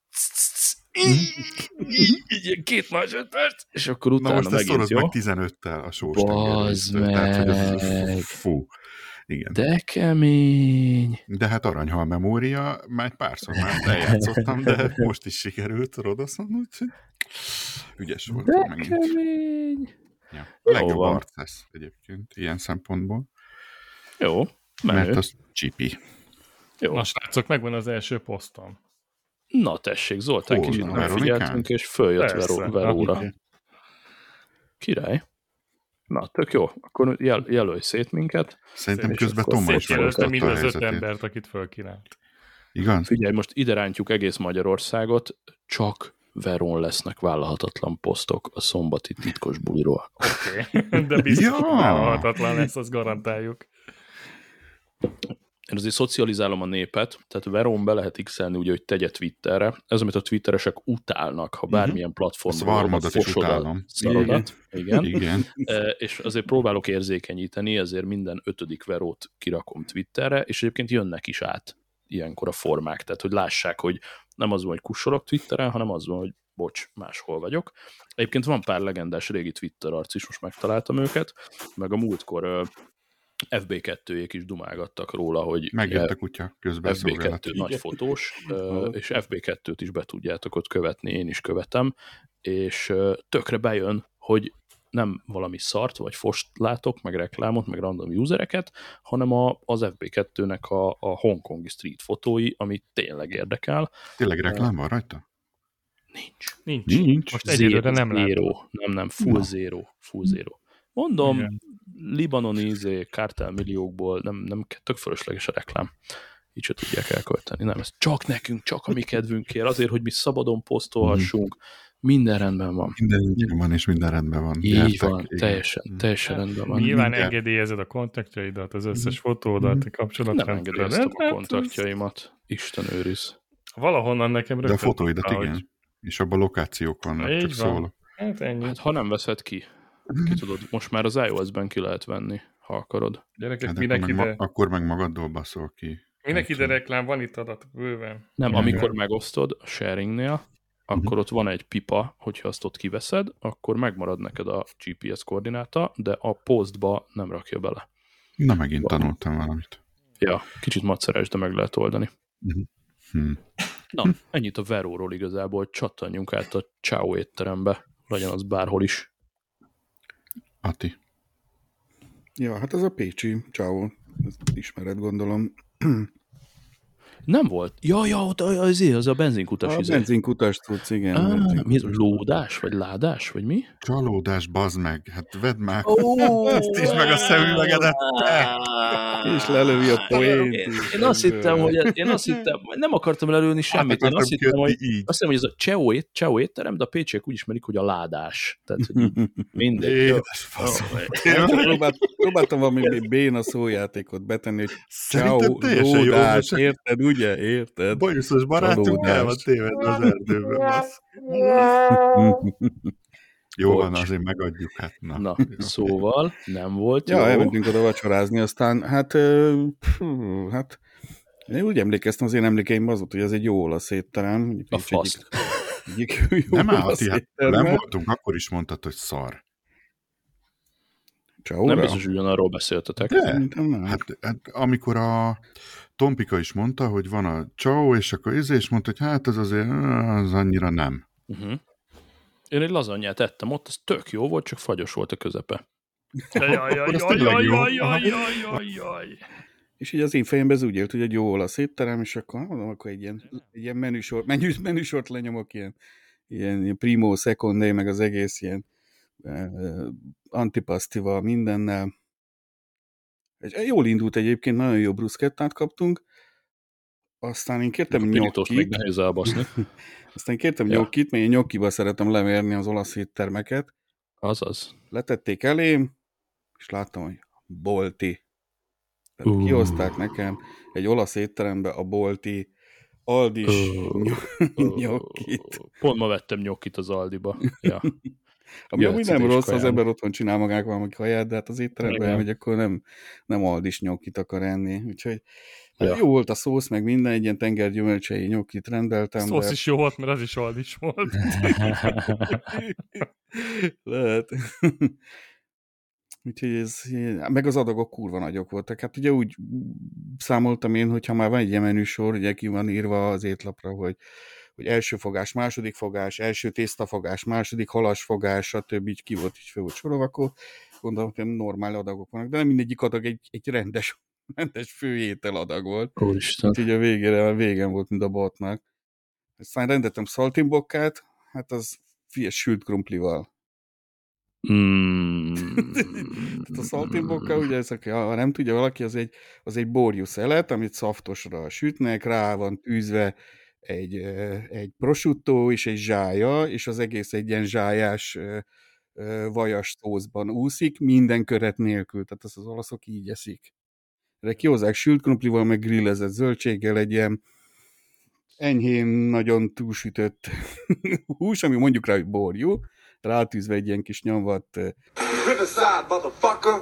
így 2 másodperc, és akkor utána megint, jó? Na most ezt szorozd meg 15-tel a sós tengerészt. Fú. Igen. De kemény. De hát aranyhal memória, már egy párszor már eljátszottam, de most is sikerült Rodoszon, úgyhogy ügyes volt. De kemény. Ja. A legjobb arc ez egyébként, ilyen szempontból. Jó, mert az csipi. Jó. Na srácok, megvan az első posztom. Na tessék, Zoltán kicsit megfigyeltünk, és följött Veróra. Király. Na, tök jó. Akkor jelölj szét minket. Szerintem közben Toma is megosztotta a helyzetét. Az 5 embert, akit fölkínált. Igaz? Figyelj, most ide rántjuk egész Magyarországot, csak Verón lesznek vállalhatatlan posztok a szombati titkos buliról. Oké, de biztos vállalhatatlan lesz, azt garantáljuk. Én azért szocializálom a népet, tehát Verón be lehet x-elni úgy, hogy tegye Twitterre. Ez, amit a twitteresek utálnak, ha bármilyen platformon fosod a szarodat. Igen. És azért próbálok érzékenyíteni, ezért minden 5. Verót kirakom Twitterre, és egyébként jönnek is át ilyenkor a formák, tehát hogy lássák, hogy nem az van, hogy kussolok Twitteren, hanem az van, hogy bocs, máshol vagyok. Egyébként van pár legendás régi Twitter arc is, most megtaláltam őket, meg a múltkor FB2-jék is dumálgattak róla, hogy megjött a kutya közben FB2 nagy fotós, és FB2-t is be tudjátok ott követni, én is követem, és tökre bejön, hogy nem valami szart, vagy fost látok, meg reklámot, meg random usereket, hanem az FB2-nek a hongkongi street fotói, ami tényleg érdekel. Tényleg reklám van rajta? Nincs. Most egyelőre nem látom. Nem, full zero. Mondom, igen. Libanoni kártelmilliókból nem tök fölösleges a reklám. Így se tudják elkölteni. Nem, ez csak nekünk, csak a mi kedvünkért, azért, hogy mi szabadon posztolhassunk. Minden rendben van. Minden van, és minden rendben van. Így gyertek, van, teljesen rendben van. Nyilván engedélyezed a kontaktjaidat, az összes fotódat, a kapcsolatrendszert. Nem engedélyeztem a kontaktjaimat. Isten őriz. Valahonnan nekem rögtön. De a fotóidat igen. És abban lokációk vannak, így csak van. szólok. Hát ennyi. Hát, ha nem veszed ki tudod, most már az iOS-ben ki lehet venni, ha akarod. Gyerekek, hát minek akkor meg magaddól baszol ki. Minek ide reklám, van itt adat bőven. Nem, amikor megosztod a sharingnél, akkor ott van egy pipa, hogyha azt ott kiveszed, akkor megmarad neked a GPS koordináta, de a postba nem rakja bele. Na, megint tanultam valamit. Ja, kicsit maceres, de meg lehet oldani. Na, ennyit a Veróról igazából, csattanjunk át a Ciao étterembe, legyen az bárhol is. Ati. Ja, hát az a pécsi Ciao, ezt ismered, gondolom. Nem volt? Ja, ott az a benzinkutas izé. A benzinkutas tudsz, igen. Mi ez? Lódás? Vagy ládás? Vagy mi? Csalódás, bazd meg. Hát vedd már. Ezt is meg a szemüvegedet. És lelövi a poént. Én azt hittem, nem akartam lelőni semmit. Én azt hittem, hogy ez a Ciao étterem, de a pécsiek úgy ismerik, hogy a ládás. Tehát, hogy mindegy. Próbáltam valami béna szójátékot betenni, hogy Ciao, lódás, érted, ugye? Érted? Bajuszos barátunk el van tévedve az erdőben. Jó van, azért megadjuk. Hát, na szóval nem volt jó. Ja, elmentünk oda vacsorázni, aztán hát én úgy emlékeztem, az én emlékeimben az volt, hogy ez egy jó olasz étterem. A fasz. Nem állati, hát nem voltunk, akkor is mondtad, hogy szar. Ciao-ra? Nem biztos, hogy ugyanarról beszéltetek. Hát amikor a Tompika is mondta, hogy van a Ciao, és akkor és mondta, hogy hát az azért az annyira nem. Én egy lazanyát ettem ott, az tök jó volt, csak fagyos volt a közepe. Jaj. És így az én fejemben ez úgy élt, hogy egy jó olasz étterem, és akkor mondom, akkor egy ilyen menüsort lenyomok, ilyen primo, secondé, meg az egész ilyen antipasztival, mindennel. Jól indult egyébként, nagyon jó bruschettát kaptunk, aztán én kértem nyokkit. Aztán kértem nyokkit, mert én nyokkiba szeretem lemérni az olasz éttermeket. Azaz. Letették elém, és láttam, hogy bolti. Tehát kihozták nekem egy olasz étterembe a bolti Aldis nyokkit. Pont ma vettem nyokkit az Aldiba. Ja. Ami amúgy nem rossz, az ember otthon csinál magának valami kaját, de hát az étteremben elmegy, akkor nem Aldis nyokkit akar enni. Úgyhogy jó volt a szósz, meg minden, egy ilyen tengergyümölcsei nyokkit rendeltem. Szósz de... is jó volt, mert az is Aldis volt. Lehet. Úgyhogy meg az adagok kurva nagyok voltak. Hát ugye úgy számoltam én, hogyha már van egy ilyen menüsor, ugye ki van írva az étlapra, hogy első fogás, második fogás, első tésztafogás, második halasfogás, stb. Így ki volt, így fel volt sorolva, akkor gondolom, hogy normál adagok vannak, de nem mindegyik adag egy rendes főétel adag volt. Úristen. Úgyhogy a végén volt, mint a botnak. Aztán rendeltem szaltimbokkát, hát az sült krumplival. A szaltimbokka, ugye ha nem tudja valaki, az egy borjú szelet, amit szaftosra sütnek, rá van tűzve egy prosciutto és egy zsája, és az egész egy ilyen zsájás vajas szószban úszik, minden köret nélkül, tehát az olaszok így eszik. De kihozzák sült krumplival, meg grillezett zöldséggel egy ilyen enyhén nagyon túlsütött hús, ami mondjuk rá, hogy borjú, rátűzve egy ilyen kis nyomvat Riverside, motherfucker!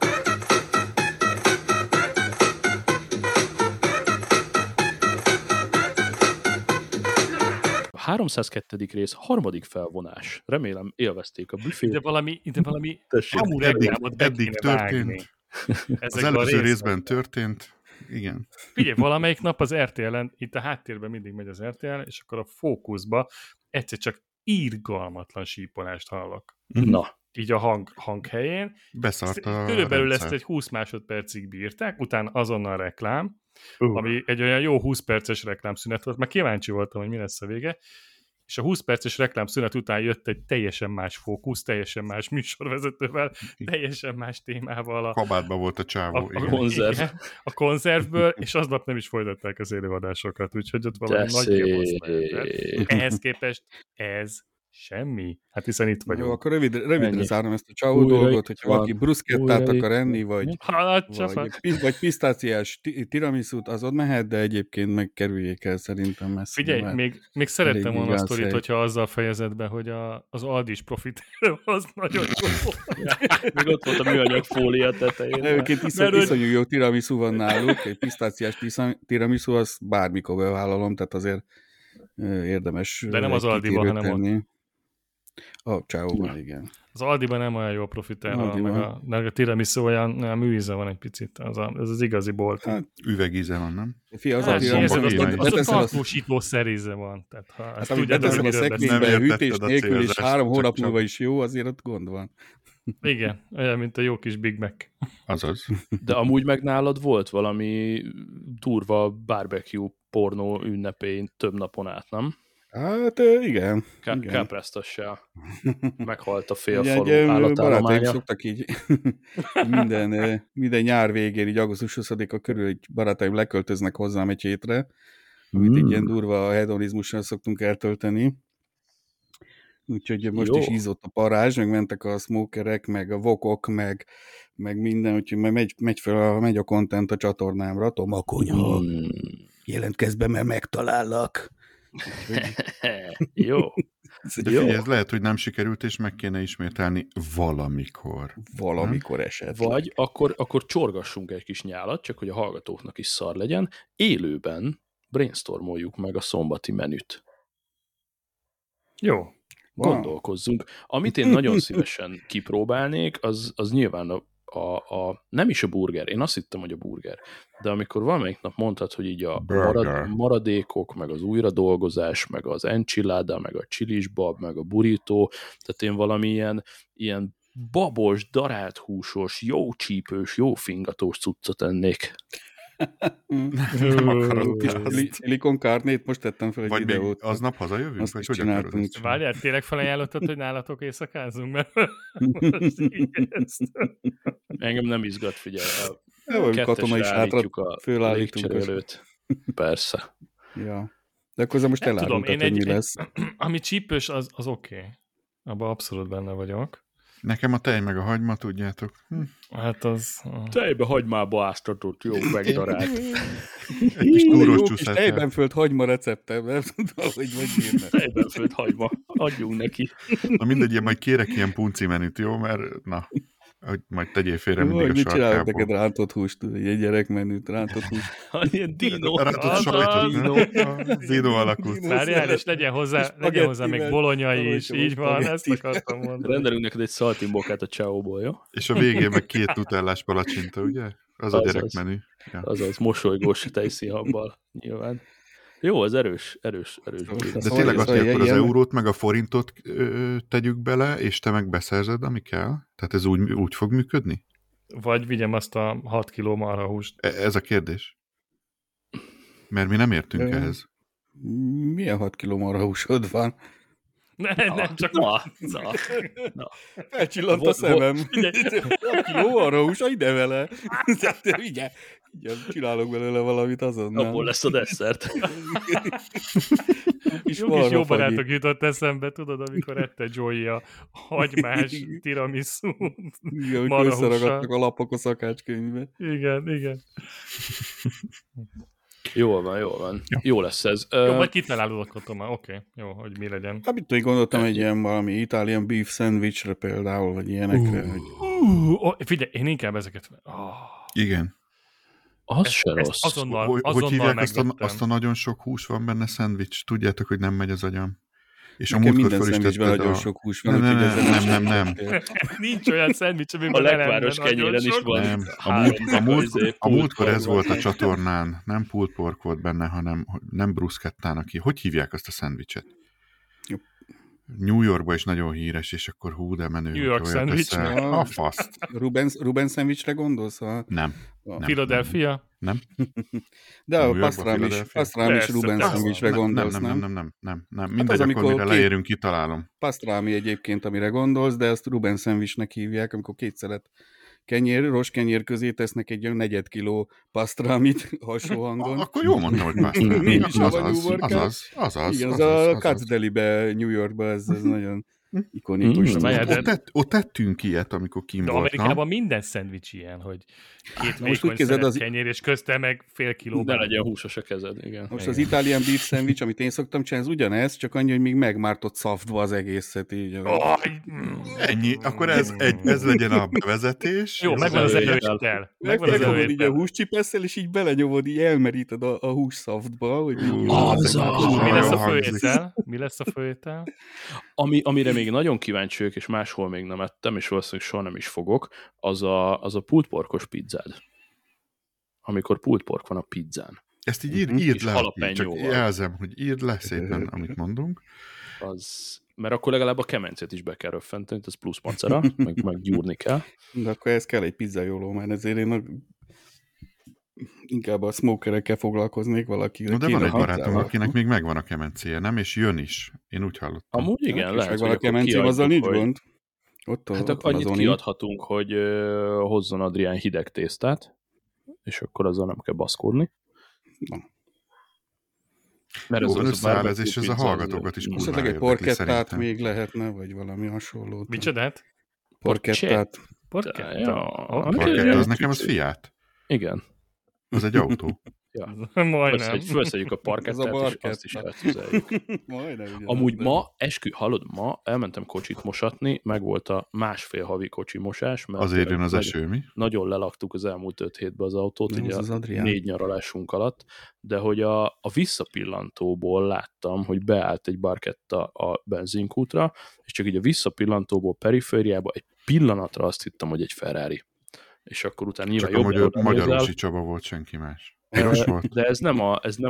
A 302. rész, harmadik felvonás. Remélem élvezték a büfét. Ide valami amúgy eddig történt. Az előző részben történt. Igen. Figyelj, valamelyik nap az RTL-en, itt a háttérben mindig megy az RTL, és akkor a fókuszba egyszer csak irgalmatlan sípolást hallok. Na. Így a hang helyén. Beszart a körülbelül ezt egy 20 másodpercig bírták, utána azonnal reklám, ami egy olyan jó 20 perces reklámszünet volt, mert kíváncsi voltam, hogy mi lesz a vége, és a 20 perces reklámszünet után jött egy teljesen más fókusz, teljesen más műsorvezetővel, teljesen más témával. Kabátban volt a csávó. A konzerv. Igen, a konzervből, és aznap nem is folytatták az élőadásokat, úgyhogy ott valami nagy kibosz lehetett. Ehhez képest ez semmi. Hát hiszen itt vagyunk. Jó, akkor rövidre zárom ezt a Ciao dolgot, hogyha valaki bruschettát akar enni, vagy pisztáciás tiramisút, az ott mehet, de egyébként megkerüljék el szerintem messze. Figyelj, még szerettem volna a sztorit, hogyha azzal fejezed be, hogy az Aldis profiterő az nagyon jó. Még ott volt a műanyag fólia tetején. Egyébként iszonyú jó tiramisu van náluk, egy pisztáciás tiramisu, az bármikor bevállalom, tehát azért érdemes. De nem az Aldiban, hanem a Csáóban, igen. Az Aldiban nem olyan jól profitál, meg a tiramisu olyan műíze van egy picit, ez az igazi bolt. Hát, üvegíze van, nem? Az a tartósító szeríze van. Tehát, ha hát amit beteszed a szekrénybe hűtés nélkül, és 3 hónap múlva is jó, azért ott gond van. Igen, olyan, mint a jó kis Big Mac. Azaz. De amúgy meg nálad volt valami durva barbecue pornó ünnepén több napon át, nem? Hát igen. Kápráztassál. Meghalt a félfalu állatállománya. Barátaim szoktak így minden nyár végén, így augusztus 20-a körül így barátaim leköltöznek hozzám egy hétre, amit így ilyen durva hedonizmussal szoktunk eltölteni. Úgyhogy most is ízott a parázs, meg mentek a smokerek, meg a vokok, meg minden, úgyhogy megy a content a csatornámra. Tomakonya, jelentkezz be, mert megtalállak. Jó. De figyelj, ez lehet, hogy nem sikerült, és meg kéne ismételni valamikor. Valamikor esetleg. Vagy akkor csorgassunk egy kis nyálat, csak hogy a hallgatóknak is szar legyen. Élőben brainstormoljuk meg a szombati menüt. Jó. Gondolkozzunk. Amit én nagyon szívesen kipróbálnék, az nyilván nem is a burger. Én azt hittem, hogy a burger. De amikor valamelyik nap mondtad, hogy így a maradékok, meg az újradolgozás, meg az enchilada, meg a chilisbab, meg a burrito, tehát én valami ilyen babos, darált húsos, jó csípős, jó fingatós cuccot ennék. Nem akarok azt. Silicon Carnét most tettem fel egy vagy videót. Vagy aznap hazajövünk? Azt vagy is hogy csináltunk. Várjál, tényleg felajánlottad, hogy nálatok éjszakázunk? Mert engem nem izgat, figyelj. A katona is hátra fölállítunk. Persze. Ja. De akkor most elárultad, hogy mi lesz. Ami csípős, az oké. Abban abszolút benne vagyok. Nekem a tej meg a hagyma, tudjátok. Hát az... Tejbe hagymába áztatott, jó megdarált. Egy kis túrós csúszás. Tejben föld hagyma receptem, nem tudom, hogy írnak. Tejben föld hagyma, adjunk neki. Na mindegy, én majd kérek ilyen punci menüt, jó? Mert na, hogy majd tegyél félre mindig a sarkából. Csinálok neked rántott húst, egy gyerekmenüt, rántott húst. Ilyen dino. Rántott sajtot, dino alakú. Várjál, és legyen hozzá még bolonyai is, így van, ezt akartam mondani. Rendelünk neked egy szaltimbokát a Csáóból, jó? És a végén meg 2 nutellás palacsinta, ugye? Az a gyerekmenü. Ja. Azaz, mosolygós tejszínhabbal, nyilván. Jó, az erős. De tényleg azt, hogy akkor az eurót meg a forintot tegyük bele, és te meg beszerzed, ami kell? Tehát ez úgy fog működni? Vagy vigyem azt a 6 kiló marhahúst. Ez a kérdés. Mert mi nem értünk ehhez. Milyen 6 kiló marhahúsod van? Nem, csak... Na. Felcsillant a szemem. 6 kiló marhahús, ide vele. Igen, csinálok belőle valamit azonnal. Abból lesz a desszert. Jó barátok jutott eszembe, tudod, amikor ette Joey a hagymás tiramisu marhahússal. Összeragadtak a lapok a szakácskönyvbe. Igen. Jól van. Jó lesz ez. Jó, majd kitalálod akkor már, oké. Jó, hogy mi legyen. Hát mit gondoltam egy ilyen valami Italian beef sandwichre például, vagy ilyenekre. Figyelj, én inkább ezeket... Igen. Az se rossz. Azonnal hogy hívják azt a nagyon sok hús van benne szendvics? Tudjátok, hogy nem megy az agyam. És a múltkor föl is tetted nagyon sok hús van. Nem. Nincs olyan szendvics, amiben a lekváros kenyéren is van. Nem. A múltkor ez volt a csatornán. Nem pulled pork volt benne, hanem nem bruschettának ki. Hogy hívják azt a szendvicset? New Yorkban is nagyon híres, és akkor de menő. New York szendvics. A faszt. Ruben szendvicsre gondolsz? Nem. Philadelphia? Nem. De a pastrami is Ruben szendvicsre gondolsz, nem. Mindegy, akkor mire leérünk, kitalálom. Pastrami egyébként, amire gondolsz, de ezt Ruben szendvicsnek hívják, amikor 2 szelet rostkenyér közé tesznek egy 4 kiló pastrami-t alsó hangon. Akkor jól mondtam, hogy pastrami. Azaz. Igen, az a Katz Delibe New Yorkba, ez nagyon ikonikus. Ott tettünk ilyet, amikor kim voltam. De Amerikában minden szendvics ilyen, hogy 2 vékony szeret kenyér, és közte meg fél kiló. De legyen húsos a kezed, igen. Most az Italian beef szendvics, amit én szoktam csinálni, ez ugyanez, csak annyi, hogy még megmártott szaftba az egészet. Így. Ennyi, akkor ez legyen a bevezetés. Jó, megvan az előétel. Megfogod így a húscsipesszel, és így belenyomod, így elmeríted a hússzaftba. Hogy Mi lesz a főétel? Amire még nagyon kíváncsi vagyok, és máshol még nem ettem, és valószínűleg soha nem is fogok, az a pulled-porkos pizzád. Amikor pulled pork van a pizzán. Ezt így írd le, csak jelzem, hogy írd le szépen, amit mondunk. Mert akkor legalább a kemencét is be kell röffenteni, ez plusz macera, meg gyúrni kell. De akkor ez kell egy pizzajóló, mert ezért én inkább a smokerekkel foglalkoznék valaki. No, de van egy barátom, akinek még megvan a kemencéje, nem? És jön is. Én úgy hallottam. Amúgy igen, lehet, megvan a kemencém, azzal nincs gond. Ott annyit kiadhatunk, hogy hozzon Adrián hideg tésztát, és akkor azzal nem kell baszkódni. Mert jó, összeáll ez, és ez a hallgatókat is kurvára érdekli, egy porkettát még lehetne, vagy valami hasonlót. Micsodát? Porkettát. Porketta, az nekem az Fiat. Igen. Az egy autó. Ja. Majdnem. Fölszedjük a parkettát, és azt is eltüzeljük. Amúgy ma elmentem kocsit mosatni, meg volt a 1,5 havi kocsi mosás. Mert azért jön az eső, mi? Nagyon lelaktuk az elmúlt 5 hétben az autót, ugye a 4 nyaralásunk alatt, de hogy a visszapillantóból láttam, hogy beállt egy barketta a benzinkútra, és csak így a visszapillantóból perifériába egy pillanatra azt hittem, hogy egy Ferrari. És akkor utána nyilván jobb Magyarósi Csaba volt, senki más. De ez nem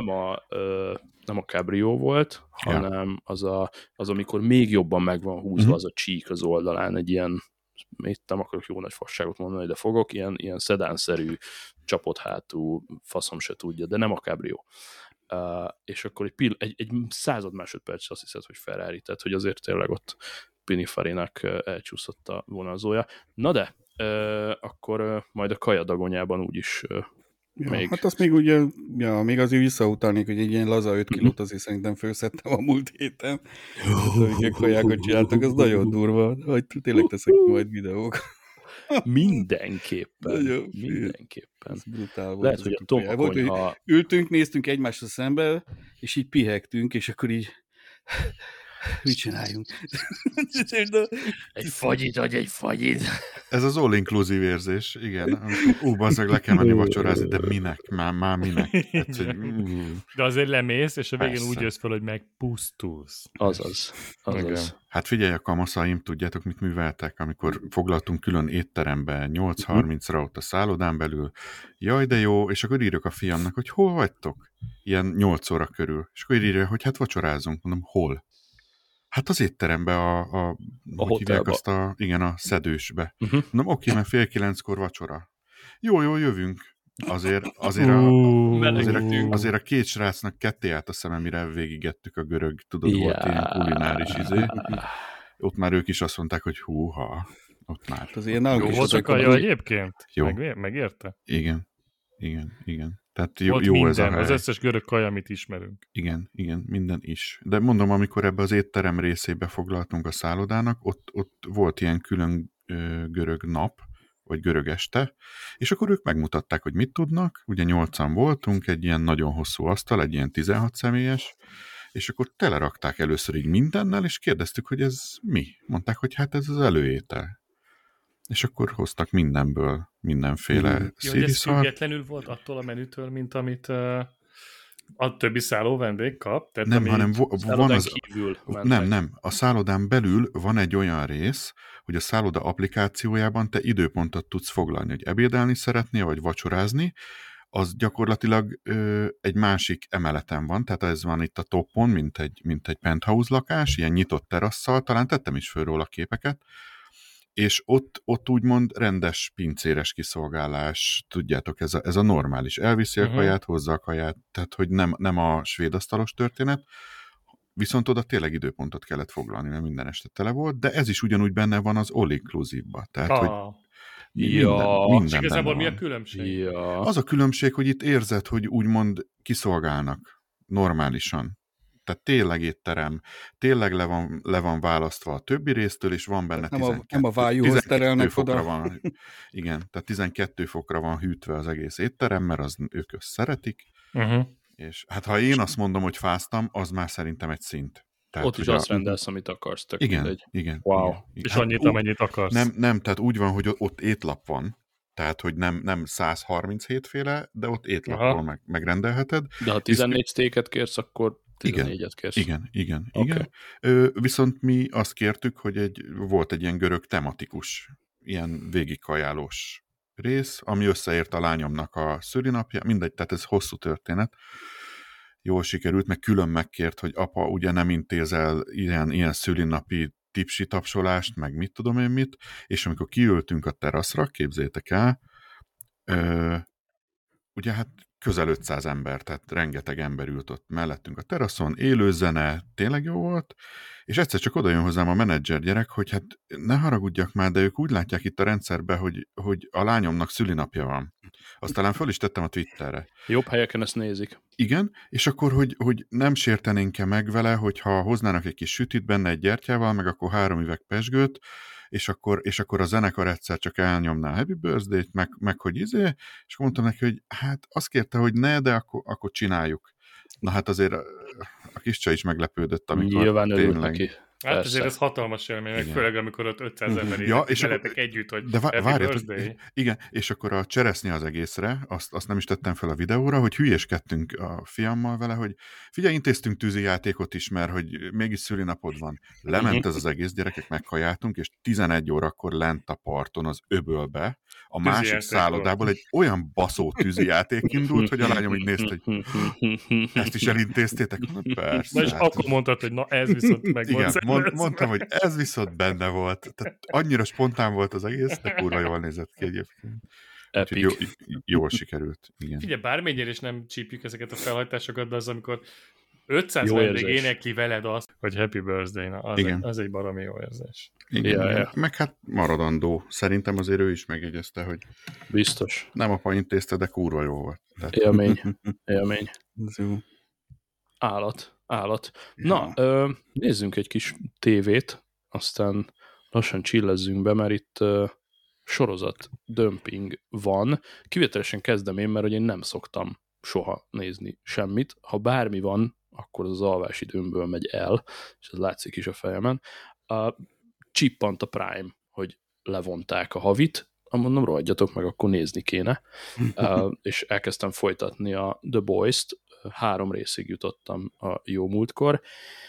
a Cabrio volt, hanem az amikor még jobban meg van húzva az a csík az oldalán, egy ilyen, nem akarok jó nagy fasságot mondani, de fogok, ilyen szedánszerű, csapott hátú, faszom se tudja, de nem a Cabrio. És akkor egy 100 másodperc azt hiszed, hogy Ferrari, tehát hogy azért tényleg ott Pininfarinak elcsúszott a vonalzója. Na de, akkor majd a kajadagonyában úgyis még... Hát azt még ugye, még azért visszautalnék, hogy egy ilyen laza 5 kilót azért szerintem főszedtem a múlt héten. Hogy kajákat csináltak, az nagyon durva, hogy tényleg teszek majd videók. Mindenképpen. Ez brutál volt. Lehet, hogy a tompakonyha... Ültünk, néztünk egymásra szembe, és így pihegtünk, és akkor így... Mit csináljunk? Egy fagyit, adj egy fagyit. Ez az all-inclusive érzés, igen. Bazzag, le kell menni vacsorázni, de minek? Már minek? De azért lemész, és a végén úgy jössz fel, hogy megpusztulsz. Azaz. Hát figyelj, a kamaszaim, tudjátok, mit műveltek, amikor foglaltunk külön étterembe 8:30-ra ott a szállodán belül. Jaj, de jó, és akkor írjuk a fiamnak, hogy hol vagytok? Ilyen 8 óra körül. És akkor írja, hogy hát vacsorázunk. Mondom, hol? Hát az étterembe, hogy hívják azt a szedősbe. Mondom, oké, mert 8:30 vacsora. Jó, jövünk. Azért a két srácnak ketté állt a szeme, mire végigettük a görög, tudod, volt ilyen kulináris izé. Ott már ők is azt mondták, hogy húha, ott már. Jó volt a kaja egyébként? Jó. Megérte? Igen. Tehát jó minden, ez a hely. Az összes görög kaja, amit ismerünk. Igen, minden is. De mondom, amikor ebbe az étterem részébe foglaltunk a szállodának, ott volt ilyen külön görög nap, vagy görög este, és akkor ők megmutatták, hogy mit tudnak. Ugye 8-an voltunk, egy ilyen nagyon hosszú asztal, egy ilyen 16 személyes, és akkor telerakták először így mindennel, és kérdeztük, hogy ez mi? Mondták, hogy hát ez az előétel. És akkor hoztak mindenből mindenféle szíriszart. Ez függetlenül volt attól a menütől, mint amit a többi szálló vendég kap? Tehát nem, hanem van az... Nem. A szállodán belül van egy olyan rész, hogy a szálloda applikációjában te időpontot tudsz foglalni, hogy ebédelni szeretnél, vagy vacsorázni, az gyakorlatilag egy másik emeleten van, tehát ez van itt a toppon, mint egy penthouse lakás, ilyen nyitott terasszal, talán tettem is föl róla képeket, és ott úgymond rendes pincéres kiszolgálás, tudjátok, ez a normális. Elviszi a kaját, hozza a kaját, tehát hogy nem a svéd asztalos történet, viszont oda tényleg időpontot kellett foglalni, mert minden este tele volt, de ez is ugyanúgy benne van az all-inclusive-ba. Tehát, hogy minden igazából mi a különbség? Az a különbség, hogy itt érzed, hogy úgymond kiszolgálnak normálisan. Tehát tényleg étterem, tényleg le van választva a többi résztől, és van benne 12 fokra van. Igen, tehát 12 fokra van hűtve az egész étterem, mert az ők szeretik. És hát ha én azt mondom, hogy fáztam, az már szerintem egy szint. Tehát, ott is azt rendelsz, amit akarsz, tök mindegy. Igen. Wow. Igen. És hát annyit, amennyit akarsz. Nem, tehát úgy van, hogy ott étlap van, tehát, hogy nem 137 féle, de ott étlapról megrendelheted. De ha 14 steaket kérsz, akkor 14-et kérsz. Igen. Okay. Viszont mi azt kértük, hogy volt egy ilyen görög tematikus, ilyen végigkajálós rész, ami összeért a lányomnak a szülinapja, mindegy, tehát ez hosszú történet. Jól sikerült, meg külön megkért, hogy apa, ugye nem intézel ilyen szülinapi tipsi-tapsolást, meg mit tudom én mit, és amikor kiültünk a teraszra, képzétek el, ugye hát közel 500 ember, tehát rengeteg ember ült ott mellettünk a teraszon, élő zene, tényleg jó volt, és egyszer csak oda jön hozzám a menedzser gyerek, hogy hát ne haragudjak már, de ők úgy látják itt a rendszerbe, hogy a lányomnak szülinapja van. Azt talán föl is tettem a Twitterre. Jobb helyeken ezt nézik. Igen, és akkor, hogy nem sértenénk-e meg vele, hogyha hoznának egy kis sütit benne egy gyertyával, meg akkor 3 üveg pezsgőt, és akkor a zenekar egyszer csak elnyomná a Happy Birthday-t, meg hogy és akkor mondtam neki, hogy hát azt kérte, hogy ne, de akkor csináljuk. Na hát azért a kis csaj is meglepődött, amikor nyilván tényleg... Neki. Hát ezért ez hatalmas élmény, meg főleg amikor ott 500 ember veletek együtt, hogy de Happy Birthday. Igen, és akkor a cseresznye az egészre, azt nem is tettem fel a videóra, hogy hülyéskedtünk a fiammal vele, hogy figyelj, intéztünk tűzijátékot is, mert hogy mégis szülinapod van. Lement ez az egész, gyerekek, meghajáltunk, és 11 órakor lent a parton az öbölbe, a másik szállodából egy olyan baszó tűzijáték indult, hogy a lányom így nézte, hogy ezt is elintéztétek? Persze. Na és akkor mondtad, hogy na ez viszont megvan. Mondtam, hogy ez viszont benne volt. Tehát annyira spontán volt az egész, de kurva jól nézett ki egyébként. Jól sikerült. Igen. Figyelj, bármennyire is nem csípjük ezeket a felhajtásokat, de az, amikor 500 vendég énekli veled azt, hogy Happy Birthday, na, az egy baromi jó érzés. Igen. Meg hát maradandó. Szerintem azért ő is megjegyezte, hogy biztos. Nem apa intézte, de kurva jó volt. Tehát... Élmény. Állat. Na, nézzünk egy kis tévét, aztán lassan csillezzünk be, mert itt sorozat dömping van. Kivételesen kezdem én, mert hogy én nem szoktam soha nézni semmit. Ha bármi van, akkor az alvás időmből megy el, és ez látszik is a fejemen. Csippant a Prime, hogy levonták a havit, mondom, rohadjatok meg, akkor nézni kéne. És elkezdtem folytatni a The Boys-t, 3 részig jutottam a jó múltkor.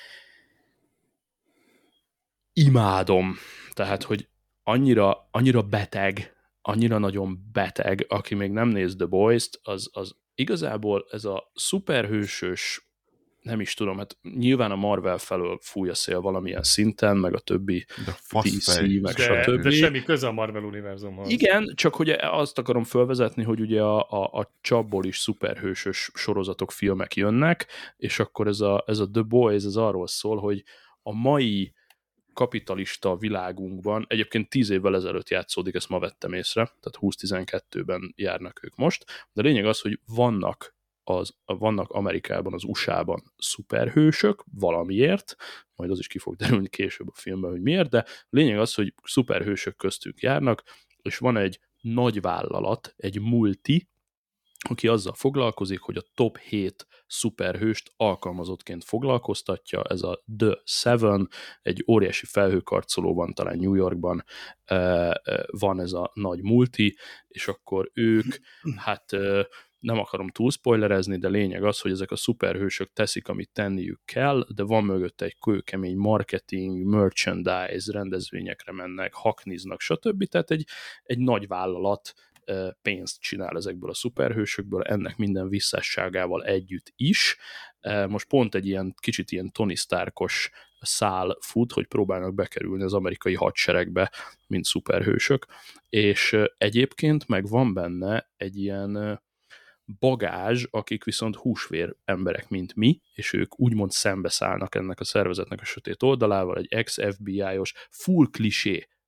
Imádom. Tehát, hogy annyira beteg, annyira nagyon beteg, aki még nem néz The Boys-t, az igazából ez a szuperhősös, nem is tudom, hát nyilván a Marvel felől fúj a szél valamilyen szinten, meg a többi DC, meg stb. De semmi köze a Marvel univerzumhoz. Igen, csak hogy azt akarom felvezetni, hogy ugye a csapból is szuperhősös sorozatok, filmek jönnek, és akkor ez a The Boys, ez arról szól, hogy a mai kapitalista világunkban, egyébként 10 évvel ezelőtt játszódik, ezt ma vettem észre, tehát 2012-ben járnak ők most, de lényeg az, hogy vannak Amerikában, az USA-ban szuperhősök valamiért, majd az is ki fog derülni később a filmben, hogy miért, de lényeg az, hogy szuperhősök köztük járnak, és van egy nagy vállalat, egy multi, aki azzal foglalkozik, hogy a top 7 szuperhőst alkalmazottként foglalkoztatja, ez a The Seven, egy óriási felhőkarcolóban, talán New Yorkban van ez a nagy multi, és akkor ők, hát nem akarom túl spoilerezni, de lényeg az, hogy ezek a szuperhősök teszik, amit tenniük kell, de van mögötte egy kőkemény marketing, merchandise, rendezvényekre mennek, hakniznak, stb. Tehát egy nagy vállalat pénzt csinál ezekből a szuperhősökből, ennek minden visszásságával együtt is. Most pont egy ilyen kicsit ilyen Tony Starkos szál fut, hogy próbálnak bekerülni az amerikai hadseregbe, mint szuperhősök, és egyébként meg van benne egy ilyen bagázs, akik viszont húsvér emberek, mint mi, és ők úgymond szembeszállnak ennek a szervezetnek a sötét oldalával, egy ex-FBI-os, full klisé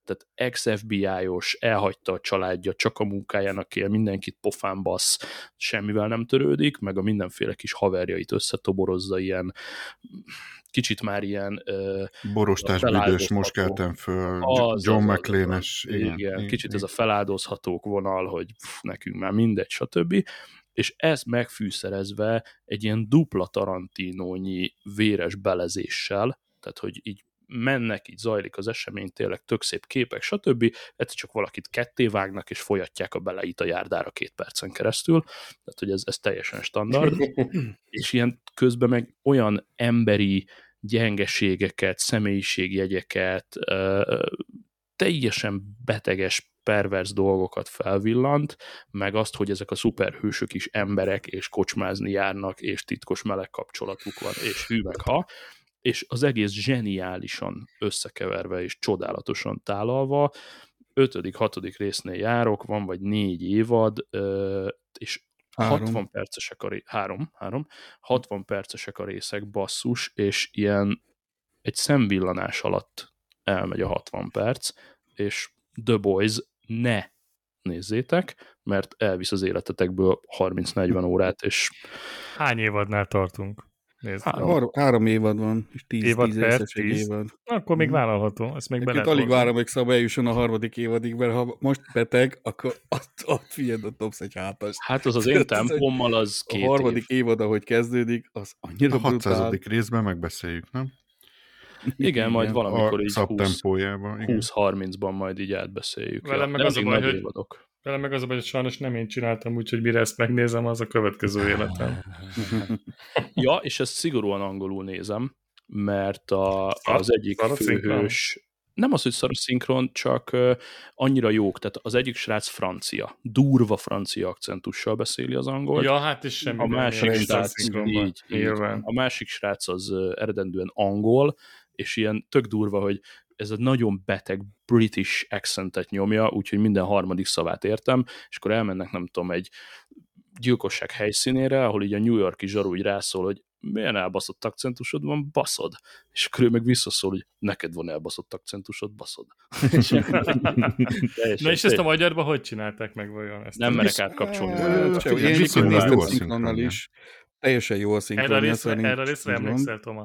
tehát ex-FBI-os, elhagyta a családja, csak a munkájának él, mindenkit pofán basz, semmivel nem törődik, meg a mindenféle kis haverjait összetoborozza, ilyen kicsit már ilyen borostás büdös, most keltem föl, John McClane-es. Igen, kicsit ez a feláldozhatók vonal, hogy nekünk már mindegy, stb. És ez megfűszerezve egy ilyen dupla Tarantinónyi véres belezéssel, tehát hogy így mennek, így zajlik az esemény, tényleg tök szép képek, stb. Egyszer csak valakit ketté vágnak, és folyatják a beleit a járdára 2 percen keresztül, tehát hogy ez teljesen standard, és ilyen közben meg olyan emberi gyengeségeket, személyiségjegyeket, teljesen beteges, pervers dolgokat felvillant, meg azt, hogy ezek a szuperhősök is emberek, és kocsmázni járnak, és titkos meleg kapcsolatuk van, és hű meg ha, és az egész zseniálisan összekeverve és csodálatosan tálalva. 5.-6. résznél járok, van vagy 4 évad, és 60 percesek a 60 percesek a részek, basszus, és ilyen egy szemvillanás alatt elmegy a 60 perc, és The Boys ne nézzétek, mert elvisz az életetekből 30-40 órát, és... Hány évadnál tartunk? 3 évad van, és 10 részes egy évad. Akkor még vállalható. Ezt még bele alig várom, hogy Szaba eljusson a 3. évadig, mert ha most beteg, akkor ott figyeld, ott dobsz egy hátast. Hát az én tempommal az 2 év. A 3. évad, ahogy kezdődik, az annyira brutál. A 600. részben megbeszéljük, nem? Igen, majd valamikor így 20-30-ban majd így átbeszéljük. Velem meg az a baj, hogy sajnos nem én csináltam, úgyhogy mire ezt megnézem, az a következő életem. Ja, és ezt szigorúan angolul nézem, mert az egyik főhős... Nem az, hogy szar a szinkron, csak annyira jók. Tehát az egyik srác francia, durva francia akcentussal beszéli az angolt. Ja, hát is semmi. A másik srác az eredendően angol, és ilyen tök durva, hogy ez a nagyon beteg British accentet nyomja, úgyhogy minden 3. szavát értem, és akkor elmennek, nem tudom, egy gyilkosság helyszínére, ahol így a New York-i zsaru úgy rászól, hogy milyen elbaszott akcentusod van, baszod. És akkor ő meg visszaszól, hogy neked van elbaszott akcentusod, baszod. Na és ezt a magyarban hogy csinálták meg vajon? Ezt nem merek átkapcsolni. Én néztem szinkronnal is. Teljesen jó a szinkronja. Erre részre emlékszel, Toma?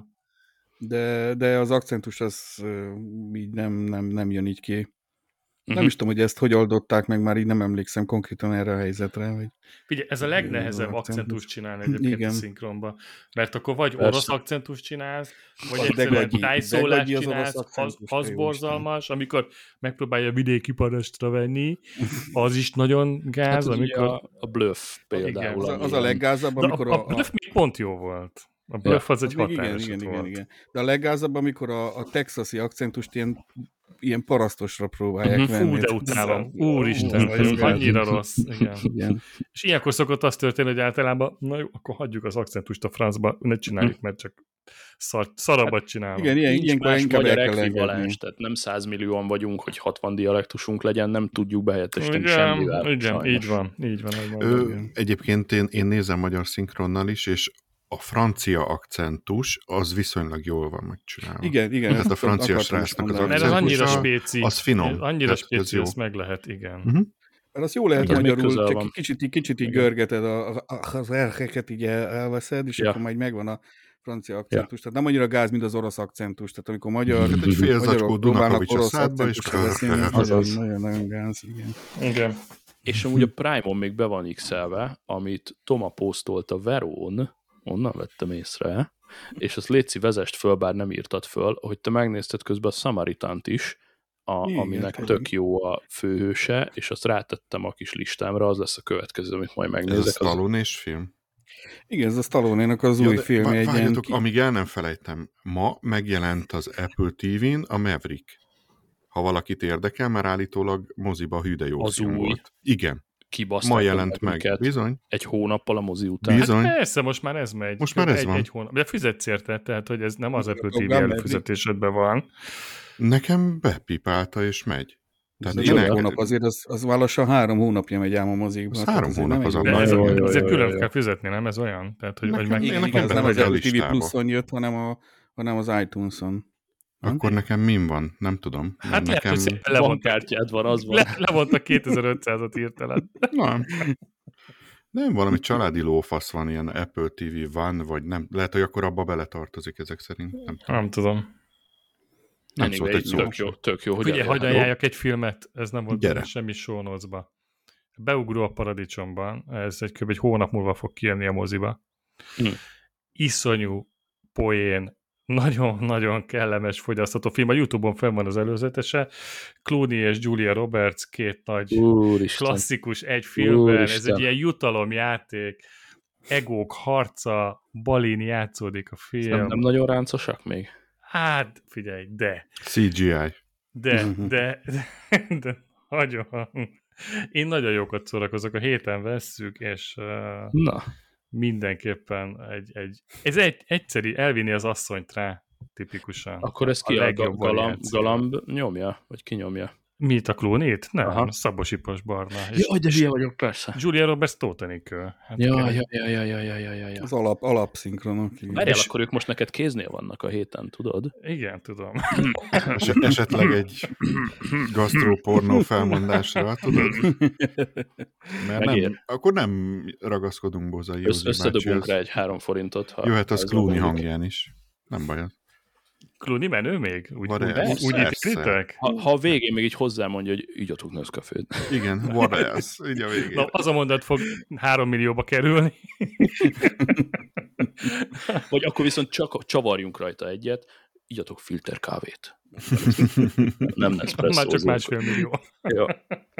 De az akcentus az így nem jön így ki. Nem is tudom, hogy ezt hogy oldották meg, már így nem emlékszem konkrétan erre a helyzetre. Hogy figyelj, ez a legnehezebb akcentus csinálni egyébként a szinkronban. Mert akkor vagy orosz akcentus csinálsz, vagy egyszerűen tájszólást csinálsz, az borzalmas, amikor megpróbálja vidéki parastra venni, az is nagyon gáz. Hát amikor... a bluff például. Igen, az a leggázabb, amikor a bluff még pont jó volt. A bluff az egy határos volt. Igen. De a leggázabb, amikor a texasi akcentust ilyen parasztosra próbálják venni. Fú, de utálom. Úristen, ez annyira rossz. Igen. És ilyenkor szokott az történni, hogy általában, na jó, akkor hagyjuk az akcentust a francba, ne csináljuk, mert csak szarabbat csinálunk. Igen, ilyenkor inkább magyar ekvivalens, tehát nem 100 millióan vagyunk, hogy 60 dialektusunk legyen, nem tudjuk behelyettesíteni semmivel. Igen, így van. Egyébként én nézem magyar szinkronnal is, és a francia akcentus, az viszonylag jól van megcsinálva. Igen. Tehát a francia srácnak az akcentus, mert az annyira spéci. Az finom. Annyira spéci, azt meg lehet, igen. Mert az jó lehet magyarul, csak kicsit így görgeted az erkeket, így elveszed, és akkor majd megvan a francia akcentus. Tehát nem annyira gáz, mint az orosz akcentus. Tehát amikor egy fél zacskó Dunakovics a szádba, és nagyon gáz, igen. És amúgy a Prime-on még be van x-elve, amit Toma posztolt a Verón, onnan vettem észre, és azt létszi, vezest föl, bár nem írtad föl, hogy te megnézted közben a Samaritant is, aminek tök jó a főhőse, és azt rátettem a kis listámra, az lesz a következő, amit majd megnézek. Ez a Stallone-s film? Igen, ez a Stallone-nak az új filmje. Várjatok, amíg el nem felejtem, ma megjelent az Apple TV-n a Maverick. Ha valakit érdekel, mert állítólag moziba hű de jó az film új. volt. Igen. Kibaszták ma jelent meg. Bizony. Egy hónappal a mozi után. Bizony. Hát persze, most már ez megy. Most már ez van. Egy hónap. De fizetsz érte, tehát hogy ez nem az Apple TV előfizetésedben van. Nekem bepipálta és megy. Tehát egy hónap azért, az válassan 3 hónapja megy ám a mozikban. 3 hónap az a ezért külön kell fizetni, nem? Ez olyan? Tehát, hogy nekem nem az Apple TV Plus-on jött, hanem az iTunes-on. Akkor nekem min van? Nem tudom. Hát nekem... bankkártyád van, az van. Levontak 2500-at hirtelen. Nem, valami családi lófasz van, ilyen Apple TV van, vagy nem. Lehet, hogy akkor abba beletartozik ezek szerint. Nem tudom. Nem szólt egy szó. Tök jó, hogy ugye, hagyd ajánljak egy filmet, ez nem volt Gyere. semmi show notes-ba. Beugró a paradicsomban, ez kb. Egy hónap múlva fog kijönni a moziba. Iszonyú poén, nagyon-nagyon kellemes, fogyasztható film. A YouTube-on fenn van az előzetese. Clooney és Julia Roberts, két nagy klasszikus egy filmben. Ez egy ilyen jutalomjáték, egók harca, Balin játszódik a film. Nem nagyon ráncosak még? Hát, figyelj, de. CGI. De nagyon. Én nagyon jókat szórakozok, a héten vesszük, és mindenképpen ez egyszerű, elvinni az asszonyt rá, tipikusan. Akkor ez ki a Galamb nyomja? Vagy ki nyomja? Mit, a Clooney-t? Nem, Szabos Ipos Barna. Jaj, de hülye vagyok, persze. Julia Roberts Tótenikő. Hát ja. Az alapszinkronok. Várjál, akkor ők most neked kéznél vannak a héten, tudod? Igen, tudom. Esetleg egy gasztrópornó felmondásra, tudod? Mert nem, akkor nem ragaszkodunk Bozai Józsi bácsihoz. Összedobunk rá egy 3 forintot. Jöhet az Clooney hangján is. Nem baj. Clooney menő még? Úgy ítélitek? Ha a végén még így hozzámondja, hogy igyatok Nescafét. Igen, what else? Így a végén. Na, az a mondat fog 3 millióba kerülni. Vagy akkor viszont csak csavarjunk rajta egyet, igyatok filter kávét. Nem Nespresso. Már csak 1,5 millió. Ja.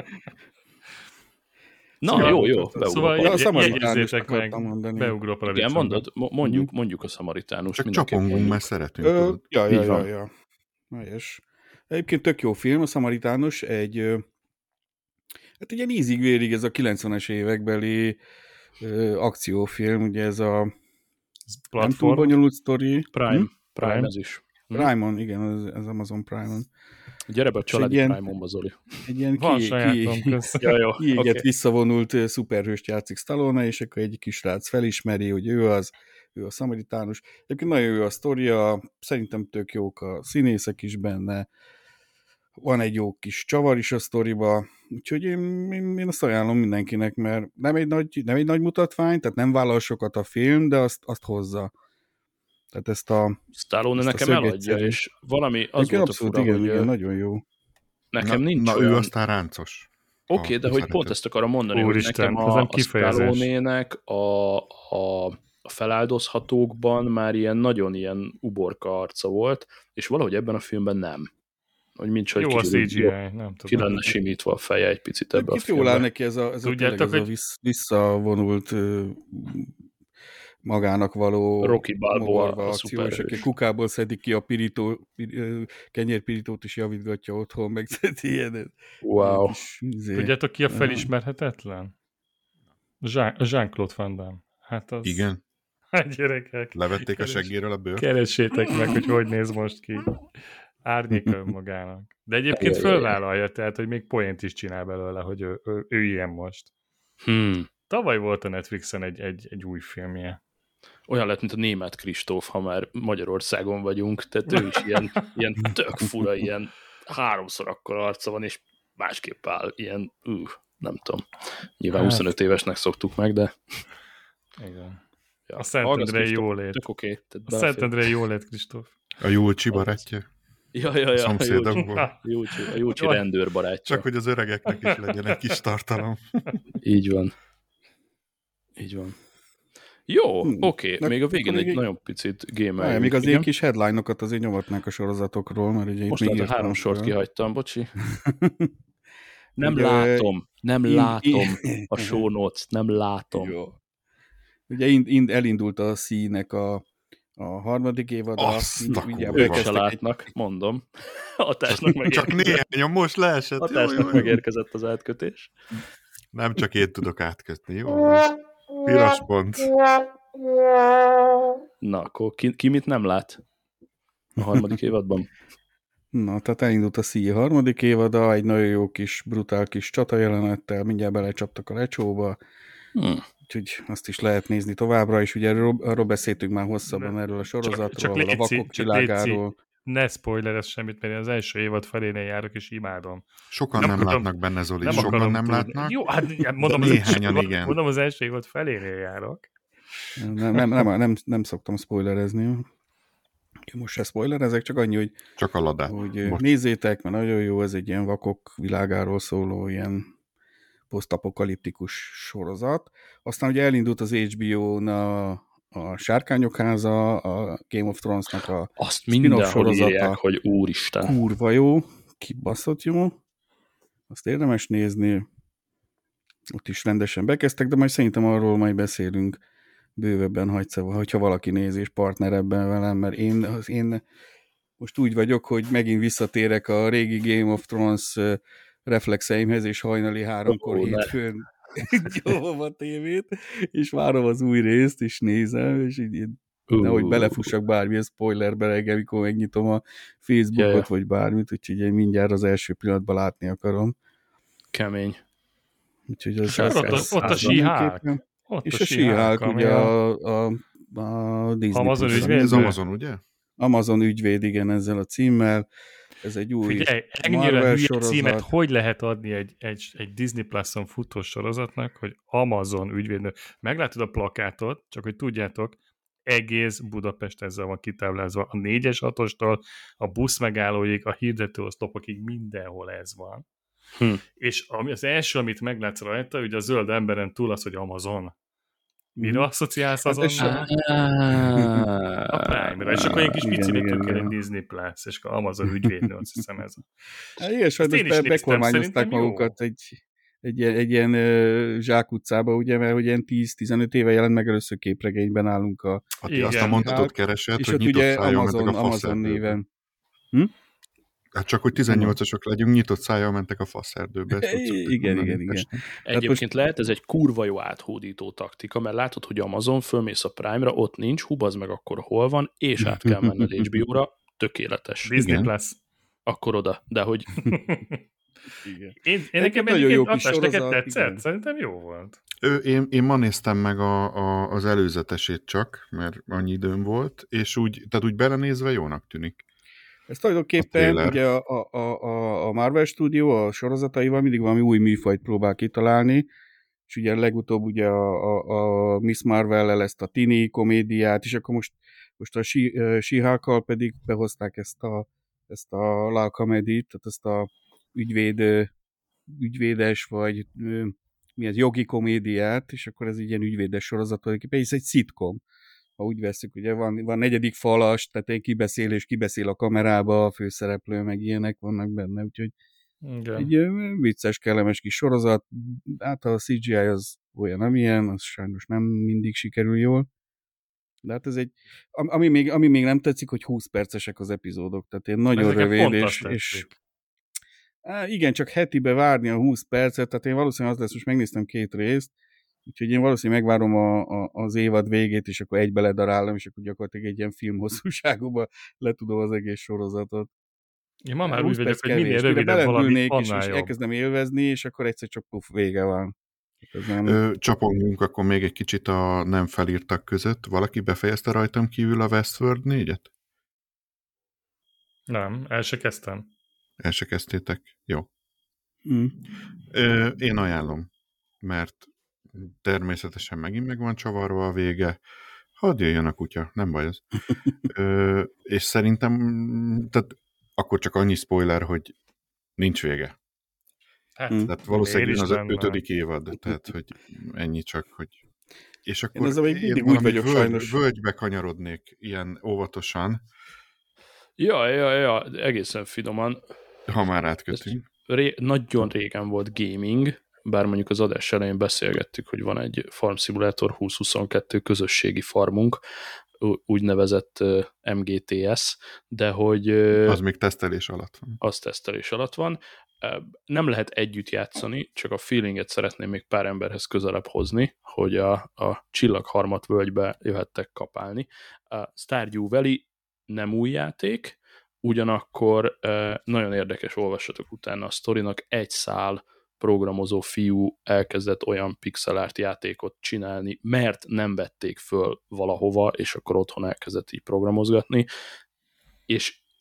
Na, szóval, jó. Szóval jegyezzétek meg, beugró a paradicsomba. Igen, mondjuk a szamaritánus. Csak csapongunk, mert szeretünk. Ja. És egyébként tök jó film, a szamaritánus, egy ilyen ízig-vérig ez a 90-es évekbeli akciófilm, ugye ez a nem túl bonyolult sztori. Prime ez is. Prime-on, igen, az Amazon Prime-on. Gyere be a családi Prime-onba, Zoli. Egy ilyen kiégett, visszavonult szuperhőst játszik Stallone, és akkor egy kisrác felismeri, hogy ő a szamaritánus. Egyébként nagyon jó a sztoria, szerintem tök jók a színészek is benne, van egy jó kis csavar is a sztoriba, úgyhogy én azt ajánlom mindenkinek, mert nem egy nagy mutatvány, tehát nem vállal sokat a film, de azt hozza. Tehát ezt a Stallone nekem eladja, és valami az volt abszolút, a fura, igen, nagyon jó. Nekem nincs olyan... ő aztán ráncos. Oké, de hogy pont ezt akarom mondani, hogy nekem a Stallone-nek a feláldozhatókban már ilyen nagyon ilyen uborka arca volt, és valahogy ebben a filmben nem. Hogy nincs, hogy jó a CGI, nem tudom. Ki lenne simítva a feje egy picit ebbe a filmbe. Jól áll neki ez a visszavonult magának való Rocky Balboa akció, és aki kukából szedik ki a kenyérpirítót is javítgatja otthon, meg ilyen. Wow. Tudjátok ki a felismerhetetlen? Jean-Claude Van Damme. Hát az... Igen. Hát gyerekek. Levették a seggéről a bőrt. Keressétek meg, hogy néz most ki. Árnyéka önmagának. De egyébként fölvállalja, tehát, hogy még poént is csinál belőle, hogy ő ilyen most. Tavaly volt a Netflixen egy új filmje. Olyan lett, mint a Németh Kristóf, ha már Magyarországon vagyunk, tehát ő is ilyen tök fura, ilyen 3-szor akkora arca van, és másképp áll, ilyen, nem tudom. Nyilván 25 évesnek szoktuk meg, de... Igen. Ja, a Szentendrei jólét. Tök oké. A Szentendrei jólét, Kristóf. A Júlcsi barátja. Ja. Szomszédokból. A Júlcsi rendőr barátja. Csak hogy az öregeknek is legyen egy kis tartalom. Így van. Jó, oké. Még a végén egy nagyon picit gamer. Még az ilyen kis headline-okat azért nyomatnák a sorozatokról, mert ugye most itt a 3 sort kihagytam, bocsi. Nem látom a show notes, nem látom. Jó. Ugye elindult a színek a harmadik évad. Ők se látnak, mondom. Hatásnak megérkezett. Csak néhányan most leesett. Hatásnak megérkezett az átkötés. Nem csak én tudok átkötni, jó? Piros pont. Na, akkor ki mit nem lát a harmadik évadban? Na, tehát elindult a Sea harmadik évada, egy nagyon jó kis, brutál kis csatajelenettel, mindjárt belecsaptak a lecsóba, úgyhogy azt is lehet nézni továbbra is. Ugye arról beszéltünk már hosszabban erről a sorozatról, a vakok világáról. ne spoilerezz semmit, mert én az első évad felénél járok, és imádom. Sokan nem látnak benne, Zoli. Nem sokan nem látnak. Jó, hát mondom, mondom, az első évad felénél járok. Nem szoktam spoilerezni. Most se spoilerezek, csak annyi, hogy, csak a ladát. Hogy nézzétek, mert nagyon jó, ez egy ilyen vakok világáról szóló ilyen posztapokaliptikus sorozat. Aztán ugye elindult az HBO-n a Sárkányok háza, a Game of Thrones-nak a azt mindenhol írják, hogy úristen. Kurva jó, kibaszott jó. Azt érdemes nézni. Ott is rendesen bekezdtek, de majd szerintem arról majd beszélünk bővebben, hogyha valaki néz és partner ebben velem, mert én most úgy vagyok, hogy megint visszatérek a régi Game of Thrones reflexeimhez, és hajnali 3-kor hétfőn gyomom a tévét, és várom az új részt, és nézem, és így nehogy belefussak bármilyen spoilerbe reggel, amikor megnyitom a Facebookot, vagy bármit, úgyhogy én mindjárt az első pillanatban látni akarom. Kemény. Úgyhogy ott a She-Hulk. És a She-Hulk, ugye a Disney. Amazon ügyvéd. Ez Amazon, ugye? Amazon ügyvéd, igen, ezzel a címmel. Ez egy új Figyelj, ennyire hülye címet hogy lehet adni egy Disney Plus-on futó sorozatnak, hogy Amazon ügyvéd. Meglátod a plakátot, csak hogy tudjátok, egész Budapest ezzel van kitáblázva. A 4-es 6-ostól a busz megállóig, a hirdetőoszlopokig mindenhol ez van. És az első, amit meglátsz rajta, ugye a zöld emberen túl az, hogy Amazon. Mire asszociálsz azonnal? A Prime-ra. És akkor egy kis pici egy Disney Plus, és a Amazon ügyvédnő, azt hiszem ez. Igen, sajnos bekormányozták magukat egy ilyen zsákutcába, ugye, mert ilyen 10-15 éve jelent meg először képregényben állunk a... Azt a mondatot keresett, és hogy nyitott szájjal mentek a Amazon néven. Hát csak, hogy 18-asok legyünk, nyitott szájjal mentek a faszerdőbe. Igen. Egyébként lehet ez egy kurva jó áthódító taktika, mert látod, hogy Amazon, fölmész a Prime-ra, ott nincs, hubazd meg akkor hol van, és át kell menned HBO-ra, tökéletes. Disney Plus. Akkor oda, de hogy... Én nekem egyébként Atás, neked tetszett? Szerintem jó volt. Én ma néztem meg az előzetesét csak, mert annyi időm volt, és úgy belenézve jónak tűnik. Ez tulajdonképpen ugye a Marvel Studio a sorozataival mindig valami új műfajt próbál kitalálni, és ugye legutóbb ugye a Miss Marvel-lel ezt a tini komédiát, és akkor most a She-Hulk-kal pedig behozták ezt a La Comedy-t, tehát ezt a ügyvédes, vagy mi ez, jogi komédiát, és akkor ez egy ilyen ügyvédes sorozat, tulajdonképpen ez egy szitkom. Ha úgy veszük, ugye van negyedik falas, tehát egy kibeszél a kamerába, a főszereplő, meg ilyenek vannak benne, úgyhogy egy vicces, kellemes kis sorozat. Általában a CGI az olyan, amilyen, az sajnos nem mindig sikerül jól. De hát ez egy, ami még nem tetszik, hogy 20 percesek az epizódok, tehát én nagyon rövid, és igen, csak hetibe várni a 20 percet, tehát én valószínűleg az lesz, most megnéztem 2 részt, úgyhogy én valószínűleg megvárom az évad végét, és akkor egybe ledarálom, és akkor gyakorlatilag egy ilyen film hosszúságúban letudom az egész sorozatot. Én ma már úgy vagyok, hogy minél rövidebb valami, annál és elkezdem élvezni, és akkor egyszer csak puff, vége van. Csapongunk akkor még egy kicsit a nem felírtak között. Valaki befejezte rajtam kívül a Westworld 4-et? Nem, el se kezdtem. El se kezdtétek? Jó. Én ajánlom, mert természetesen megint meg van csavarva a vége. Hadd jöjjön a kutya, nem baj ez. És szerintem, tehát akkor csak annyi spoiler, hogy nincs vége. Tehát valószínűleg az 5. évad, tehát hogy ennyi csak, hogy... És akkor én úgy vagyok sajnos. Völgybe kanyarodnék ilyen óvatosan. Ja, egészen finoman. Ha már átkötünk. Nagyon régen volt gaming, bár mondjuk az adás elején beszélgettük, hogy van egy Farm Simulator 2022 közösségi farmunk, úgynevezett MGTS, de hogy... Az még tesztelés alatt van. Az tesztelés alatt van. Nem lehet együtt játszani, csak a feelinget szeretném még pár emberhez közelebb hozni, hogy a Csillagharmat völgybe jöhettek kapálni. A Stardew Valley nem új játék, ugyanakkor nagyon érdekes, olvassatok utána a sztorinak, egy szál programozó fiú elkezdett olyan pixel art játékot csinálni, mert nem vették föl valahova, és akkor otthon elkezdett így programozgatni, és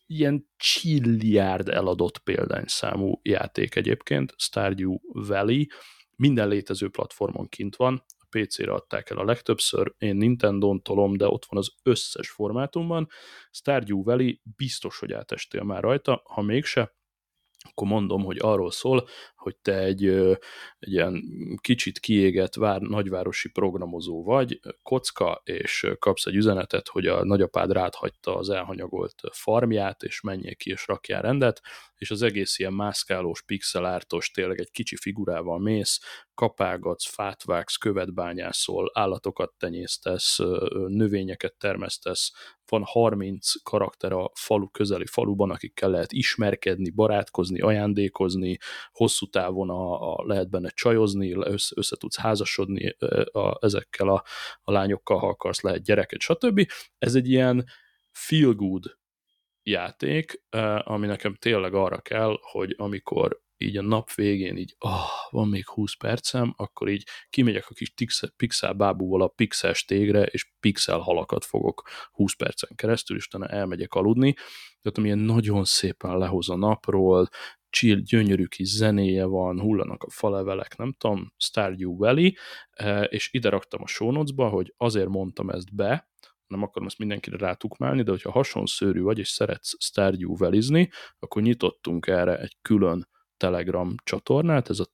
ilyen csilliárd eladott példányszámú játék egyébként, Stardew Valley, minden létező platformon kint van, a PC-re adták el a legtöbbször, én Nintendon tolom, de ott van az összes formátumban. Stardew Valley biztos, hogy átestél már rajta, ha mégse, akkor mondom, hogy arról szól, hogy te egy ilyen kicsit kiégett nagyvárosi programozó vagy, kocka, és kapsz egy üzenetet, hogy a nagyapád rád hagyta az elhanyagolt farmját, és menjél ki, és rakjál rendet, és az egész ilyen mászkálós, pixelártos, tényleg egy kicsi figurával mész, kapálgatsz, fát vágsz, követ bányászol, állatokat tenyésztesz, növényeket termesztesz, van 30 karakter a közeli faluban, akikkel lehet ismerkedni, barátkozni, ajándékozni, hosszú távon lehet benne csajozni, össze tudsz házasodni ezekkel a lányokkal, ha akarsz, lehet gyereket, stb. Ez egy ilyen feel good játék, ami nekem tényleg arra kell, hogy amikor így a nap végén így, van még 20 percem, akkor így kimegyek a kis pixel bábúval a pixel stégre, és pixel halakat fogok 20 percen keresztül, és utána elmegyek aludni. Tehát amilyen nagyon szépen lehoz a napról, chill, gyönyörű kis zenéje van, hullanak a falevelek, nem tudom, Stardew Valley, és ide raktam a show notes-ba, hogy azért mondtam ezt be, nem akarom ezt mindenkire rátukmálni, de hogyha hasonszőrű vagy, és szeretsz Stardew Valley-zni, akkor nyitottunk erre egy külön Telegram csatornát, ez a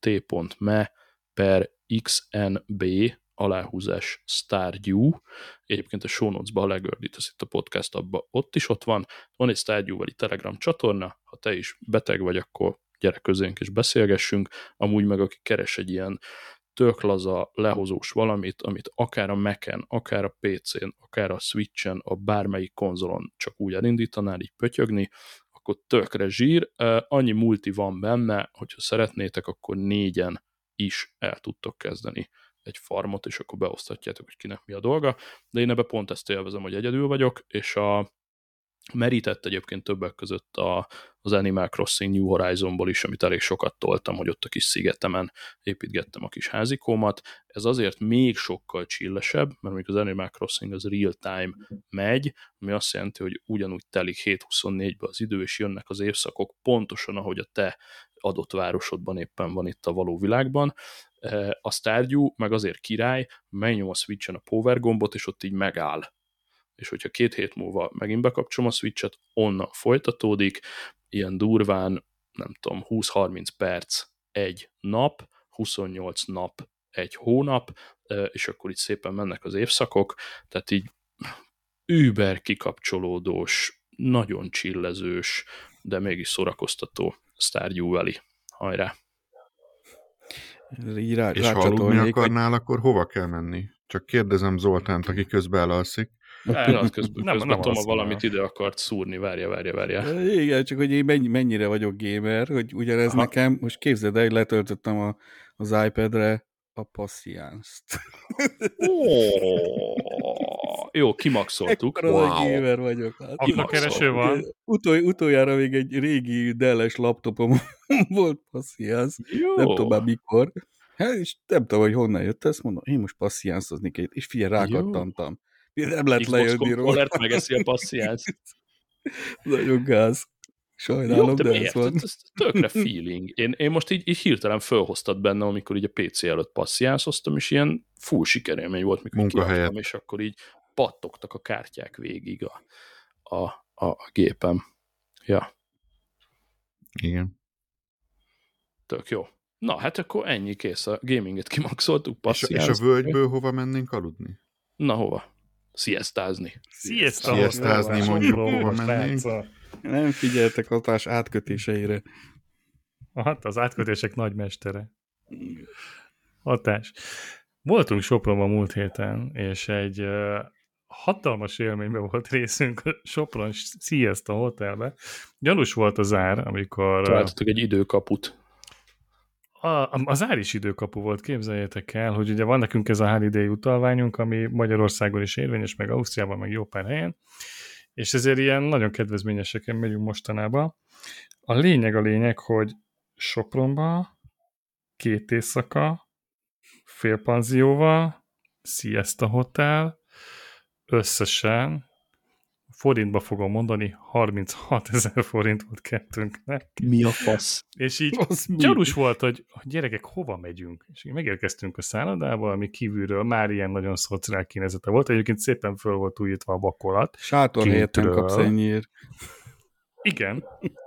t.me/xnb aláhúzás Stardew, egyébként a show notes-ba, a legördítesz itt a podcast abba, ott is ott van egy Stardew Valley Telegram csatorna, ha te is beteg vagy, akkor gyere közénk és beszélgessünk, amúgy meg aki keres egy ilyen tök laza, lehozós valamit, amit akár a Mac-en, akár a PC-n, akár a Switch-en, a bármelyik konzolon csak úgy elindítanál, így pötyögni, akkor tökre zsír. Annyi multi van benne, hogyha szeretnétek, akkor 4-en is el tudtok kezdeni egy farmot, és akkor beosztatjátok, hogy kinek mi a dolga. De én ebbe pont ezt élvezem, hogy egyedül vagyok, és merített egyébként többek között az Animal Crossing New Horizonból is, amit elég sokat toltam, hogy ott a kis szigetemen építgettem a kis házikómat. Ez azért még sokkal chillesebb, mert mondjuk az Animal Crossing az real time megy, ami azt jelenti, hogy ugyanúgy telik 7-24-ben az idő, és jönnek az évszakok pontosan, ahogy a te adott városodban éppen van itt a való világban. A Stardew meg azért király, megnyom a Switchen a power gombot, és ott így megáll. És hogyha 2 hét múlva megint bekapcsolom a Switchet, onnan folytatódik, ilyen durván, nem tudom, 20-30 perc egy nap, 28 nap egy hónap, és akkor itt szépen mennek az évszakok, tehát így über kikapcsolódós, nagyon chillezős, de mégis szórakoztató Stardew Valley. Hajrá! És ha aludni akarnál, akkor hova kell menni? Csak kérdezem Zoltánt, aki közben elalszik. Közben Toma valamit ide akart szúrni, várja. Igen, csak hogy én mennyire vagyok gamer, hogy ugyanez nekem, most képzeld el, hogy letöltöttem az iPad-re a Pascience-t. Jó, kimaxoltuk. Ekkora gamer vagyok. Aknakereső van. Utoljára még egy régi Dell-es laptopom volt Pascience. Nem tudom már mikor. Hát, és nem tudom, hogy honnan jött ezt, mondom, én most Pascience-ozni kell, és figyelj, rákattantam. Nem lehet lejönni róla. Xbox megeszi a Pascience. Nagyon gáz. Sajnálom, jó, de ez van. Ez tökre feeling. Én most így hirtelen fölhoztad benne, amikor így a PC előtt passziánszoztam, és ilyen full sikerélmény volt, mikor kiadtam, és akkor így pattogtak a kártyák végig a gépem. Ja. Igen. Tök jó. Na, hát akkor ennyi, kész. A gaminget kimaxoltuk, passziánsz. És a völgyből hova mennénk aludni? Na, hova? Sziasztázni. Sziasztázni mondjuk, hova mennénk. Nem figyeltek a társ átkötéseire. Hát az átkötések nagymestere. Hatás. Voltunk Sopronban múlt héten, és egy hatalmas élményben volt részünk a Sopron Siesta Hotelbe. Gyanús volt az ár, amikor... Találtatok egy időkaput. Az ár is időkapu volt, képzeljétek el, hogy ugye van nekünk ez a holiday utalványunk, ami Magyarországon is érvényes, meg Ausztriában, meg jó pár helyen, és ezért ilyen nagyon kedvezményeseken megyünk mostanában. A lényeg, hogy Sopronba 2 éjszaka, félpanzióval, Siesta Hotel, összesen forintba fogom mondani, 36 000 forint volt kettőnknek. Mi a fasz? És így gyanús volt, hogy gyerekek, hova megyünk? És így megérkeztünk a szállodába, ami kívülről már ilyen nagyon szociál kínezete volt. Egyébként szépen föl volt újítva a vakolat. Sátor helyett nem kapsz ennyiért. Igen.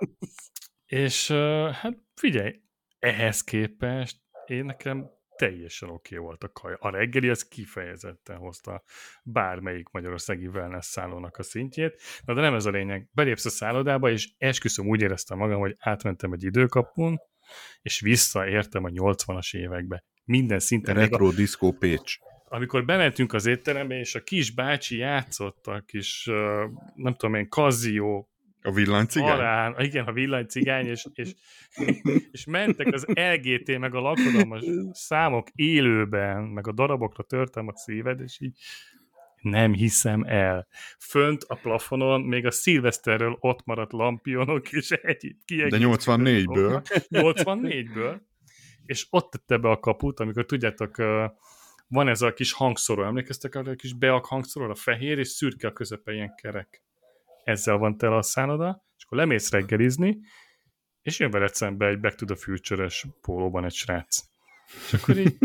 És hát figyelj, ehhez képest nekem teljesen oké volt a kaja. A reggeli az kifejezetten hozta bármelyik magyarországi wellness szállónak a szintjét. Na de nem ez a lényeg. Belépsz a szállodába, és esküszöm úgy éreztem magam, hogy átmentem egy időkapun, és visszaértem a 80-as évekbe. Minden szinten. Retro Disco Pécs. Amikor bementünk az étterembe, és a kis bácsi játszott a kis, nem tudom én, Casio, a villanycigány? Igen, a villanycigány, és mentek az LGT, meg a lakodalmas számok élőben, meg a darabokra törtem a szíved, és így nem hiszem el. Fönt a plafonon még a szilveszterről ott maradt lampionok, és egy de 84-ből. 84-ből. És ott tette be a kaput, amikor tudjátok, van ez a kis hangszóró, emlékeztek arra, a kis beak hangszóró, a fehér, és szürke a közepe ilyen kerek. Ezzel van tele a szálloda, és akkor lemész reggelizni, és jön veled szembe egy Back to the Future-es pólóban egy srác. És akkor így,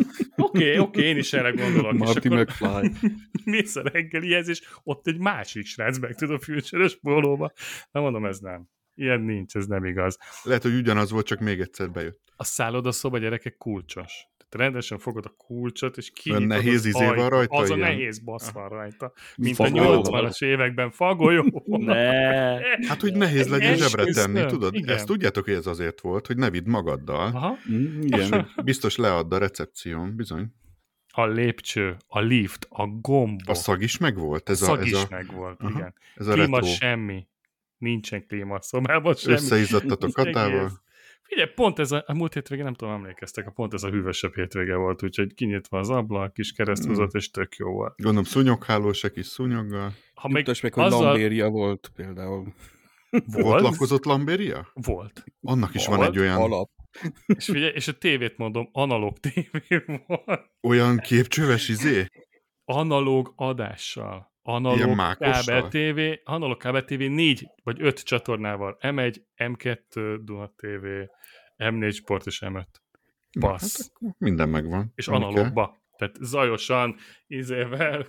oké, én is erre gondolok. Marty McFly. Mész a reggelihez, és ott egy másik srác Back to the Future-es pólóban. Na mondom, ez nem. Ilyen nincs, ez nem igaz. Lehet, hogy ugyanaz volt, csak még egyszer bejött. A szállodaszoba, gyerekek, kulcsos. Tehát rendesen fogod a kulcsot, és kinyitod nehéz izé van rajta? Az ilyen? A nehéz basz van rajta. Mint a 80-as években fagolyó. Hát, hogy nehéz legyen zsebre tenni, tudod? Igen. Ezt tudjátok, hogy ez azért volt, hogy ne vidd magaddal. Aha. Igen. Biztos leadd a recepción, bizony. A lépcső, a lift, a gombok. A szag is megvolt? A szag is megvolt, igen. Ez a klíma retro. Semmi. Nincsen klíma a szobában, semmi. Összeizzadtatok katával. Figyelj, pont ez a múlt hétvége, nem tudom, emlékeztek, pont ez a hűvösebb hétvége volt, úgyhogy kinyitva az ablak, kis kereszthúzott, és tök jó volt. Gondolom szúnyoghálós, egy kis szúnyoggal. Ha Nyugtass meg, hogy lambéria volt például. Volt lakozott lambéria? Volt. Annak is van egy olyan... Alap. És figyelj, és a tévét mondom, analóg tévé volt. Olyan képcsöves izé? Analóg adással. Ilyen mákossal? Analóg kábel TV 4 vagy 5 csatornával. M1, M2, Duna TV, M4 Sport és M5. Bassz. Hát, minden megvan. És analógba. Tehát zajosan, izével,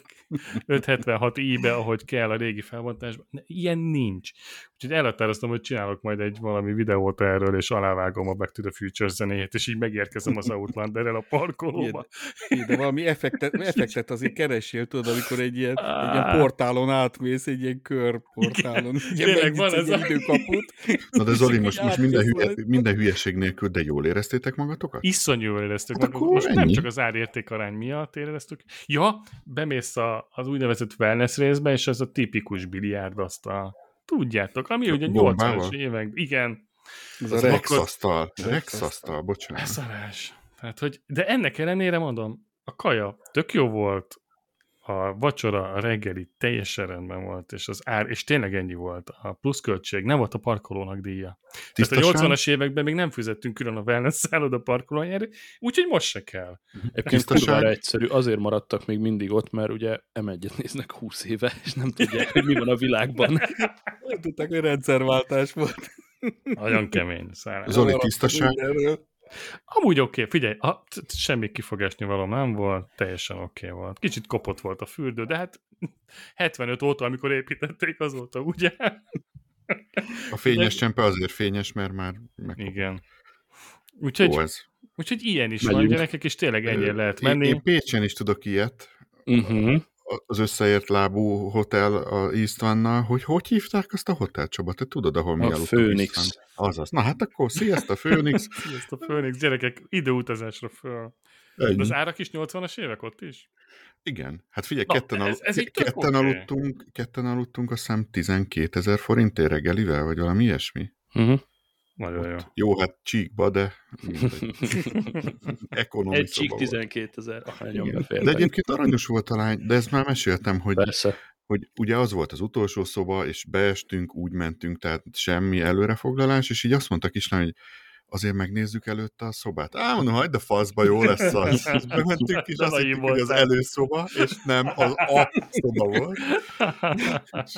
576i-be, ahogy kell a régi felbontásban. Ilyen nincs. Úgyhogy elhatároztam, hogy csinálok majd egy valami videót erről, és alávágom a Back to the Future zenéjét, és így megérkezem az Outlanderrel a parkolóba. De valami effektet azért keresél, tudod, amikor egy ilyen portálon átmész, egy ilyen körportálon. Tényleg van ez egy időkaput. Na de Zoli, most minden hülyeség nélkül, de jól éreztétek magatokat? Iszonyú jól éreztük Hát magatokat. Most nem csak az árérték arány miatt éreztük. Ja, bemész az úgynevezett wellness részbe, és ez a tipikus biliárdasztal. Tudjátok, ami ugye 80-as évek, igen. Ez a Rex-asztal. Rex-asztal, bocsánat. Beszarás. Tehát, hogy, de ennek ellenére mondom, a kaja tök jó volt, a vacsora, a reggeli teljesen rendben volt, és az ár, és tényleg ennyi volt. A pluszköltség, nem volt a parkolónak díja. Tehát a 80-as években még nem fizettünk külön a wellness szálloda parkolójára, úgyhogy most se kell. Egyébként kurvára egyszerű, azért maradtak még mindig ott, mert ugye M1-et néznek 20 éve, és nem tudják, hogy mi van a világban. Nem tudták, hogy rendszerváltás volt. Nagyon kemény szállás. Zoli, tisztaság? Amúgy oké, figyelj, semmi kifogásni való nem volt, teljesen oké volt. Kicsit kopott volt a fürdő, de hát 75 óta, amikor építették, azóta, ugye? A fényes csempe azért fényes, mert már megkopott. Igen. Úgyhogy ilyen is van, gyerekek, és tényleg ennyi lehet menni. Én Pécsen is tudok ilyet. Az összeért lábú hotel a Istvannal, hogy hívták azt a hotel, Csaba? Te tudod, ahol mi aludtunk? A Phoenix. Azaz. Na hát akkor sziasztok, Phoenix. Sziasztok, Phoenix, gyerekek, időutazásra föl. De az árak is 80-as évek ott is? Igen. Hát figyelj, ketten aludtunk, azt hiszem 12 000 forintért reggelivel, vagy valami ilyesmi. Nagyon jó. Jó, hát csíkba, de ekonomi egy csík 12 000, ahányan beférnek. De egyébként aranyos volt a lány, de ezt már meséltem, hogy Persze. hogy ugye az volt az utolsó szoba, és beestünk, úgy mentünk, tehát semmi előrefoglalás, és így azt mondta kislány, hogy azért megnézzük előtte a szobát. Mondom, hagyd a faszba, jó lesz az. Bementünk, és azt hittük, hogy az előszoba, és nem az a szoba volt.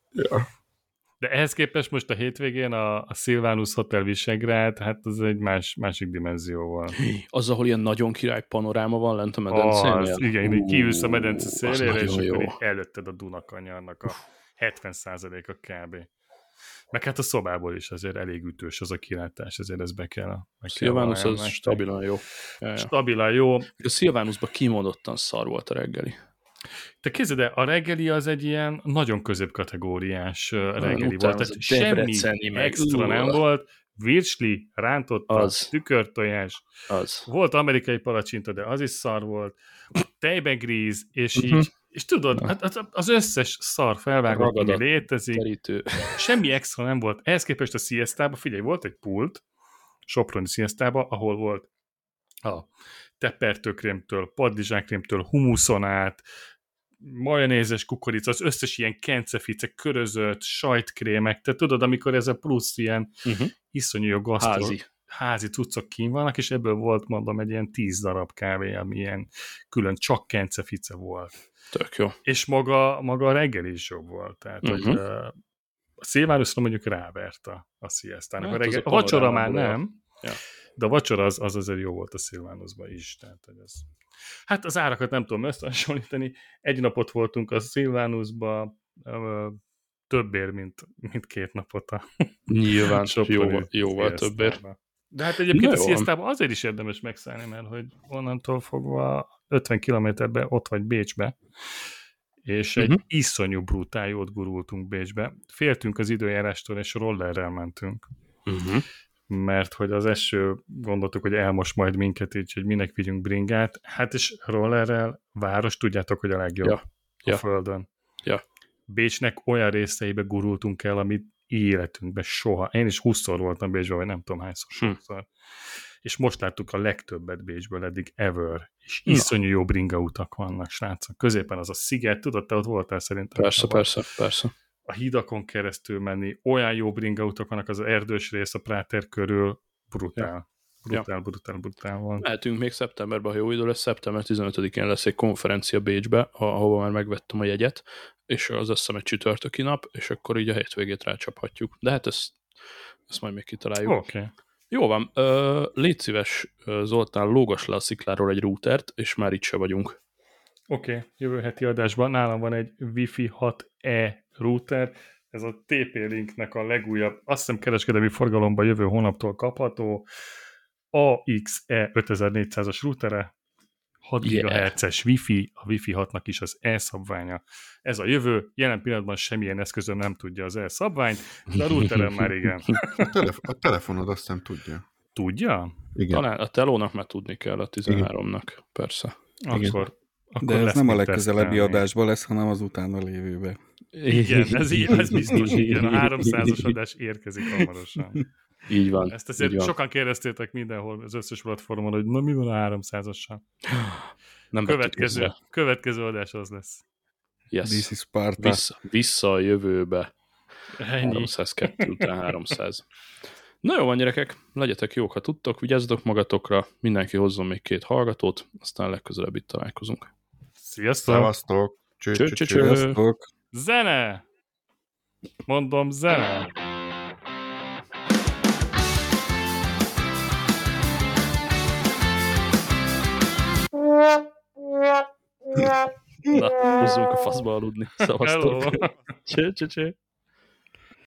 Ja. De ehhez képest most a hétvégén a Silvanus Hotel Visegrád, hát az egy másik dimenzió volt. Az, ahol ilyen nagyon király panoráma van lent a medencénél? Igen, így kiülsz a medence szélére, és jó. akkor így előtted a Dunakanyarnak a 70%-a kb. Meg hát a szobából is azért elég ütős az a kilátás, ezért ez be kell. Silvanus az stabilan jó. Stabilan jó. A Silvanusban kimondottan szar volt a reggeli. Te képzeld el, a reggeli az egy ilyen nagyon középkategóriás reggeli volt. Tehát semmi extra nem volt. Virsli, rántotta, tükörtojás. Volt amerikai palacsinta, de az is szar volt. Tejbegríz, és így, és tudod, az összes szar felvágott, ami létezik. Terítő. Semmi extra nem volt. Ehhez képest a Siestában, figyelj, volt egy pult, soproni Siestában, ahol volt a tepertőkrémtől, padlizsánkrémtől, humuszon át, majonézes kukorica, az összes ilyen kencefice, körözött, sajtkrémek, te tudod, amikor ez a plusz ilyen iszonyú jó gasztro, házi cuccok kín vannak, és ebből volt, mondom, egy ilyen 10 darab kávé, ami ilyen külön csak kencefice volt. Tök jó. És maga a reggel is jobb volt. Tehát, hogy a Silvanusra mondjuk rávert a Siestának. Hát a vacsora már nem, de a vacsora az azért jó volt a Silvanusban is. Tehát, hogy ez... Hát az árakat nem tudom összehasonlítani. Egy napot voltunk a Silvanusban, többér, mint 2 napot a nyilván jóval többér. De hát egyébként a Siestában azért is érdemes megszállni, mert hogy onnantól fogva 50 kilométerbe ott vagy Bécsbe, és egy iszonyú brutál jót gurultunk Bécsbe. Féltünk az időjárástól, és rollerrel mentünk. Mert hogy az eső gondoltuk, hogy elmos majd minket így, hogy minek vigyünk bringát. Hát és rollerrel város, tudjátok, hogy a legjobb a Földön. Ja. Bécsnek olyan részeibe gurultunk el, amit életünkben soha. Én is 20-szor voltam Bécsben, vagy nem tudom hányszor sokszor. És most láttuk a legtöbbet Bécsből eddig ever. És iszonyú jó bringautak vannak, srácok. Középen az a sziget, tudod, te ott voltál szerintem. Persze. A hídakon keresztül menni, olyan jó bringautak vannak, az erdős rész a Práter körül, brutál van. Mehetünk még szeptemberben, ha jó idő lesz, szeptember 15-én lesz egy konferencia Bécsbe, ahova már megvettem a jegyet, és az azt hiszem egy csütörtöki nap, és akkor így a hétvégét rácsaphatjuk. De hát ezt majd még kitaláljuk. Okay. Jó van, légy szíves, Zoltán, lógass le a szikláról egy routert, és már itt se vagyunk. Oké, jövő heti adásban nálam van egy Wi-Fi 6E router, ez a TP-Linknek a legújabb, azt hiszem kereskedelmi forgalomban jövő hónaptól kapható AXE 5400-as routere, 6 GHz-es Wi-Fi, a Wi-Fi 6-nak is az E-szabványa. Ez a jövő, jelen pillanatban semmilyen eszközön nem tudja az E-szabványt, de a routeren már igen. A telefonod azt nem tudja. Tudja? Igen. Talán a telónak már tudni kell, a 13-nak, persze. Akkor de ez nem a legközelebbi adásban lesz, hanem az utána lévőben. Igen, ez biztos, igen, a 300-as adás érkezik hamarosan. Így van. Ezt azért sokan kérdeztétek mindenhol, az összes platformon, hogy na mi van a 300-assal? Következő adás az lesz. Yes. This is Sparta. Vissza a jövőbe. Ennyi. 302 után 300. Na jó van, gyerekek, legyetek jók, ha tudtok, vigyázzatok magatokra, mindenki hozzon még 2 hallgatót, aztán legközelebb itt találkozunk. Sziasztok! Szevasztok! Sziasztok! Zene! Mondom, zene! Na, hozzunk a faszba aludni. Szevasztok! Cső.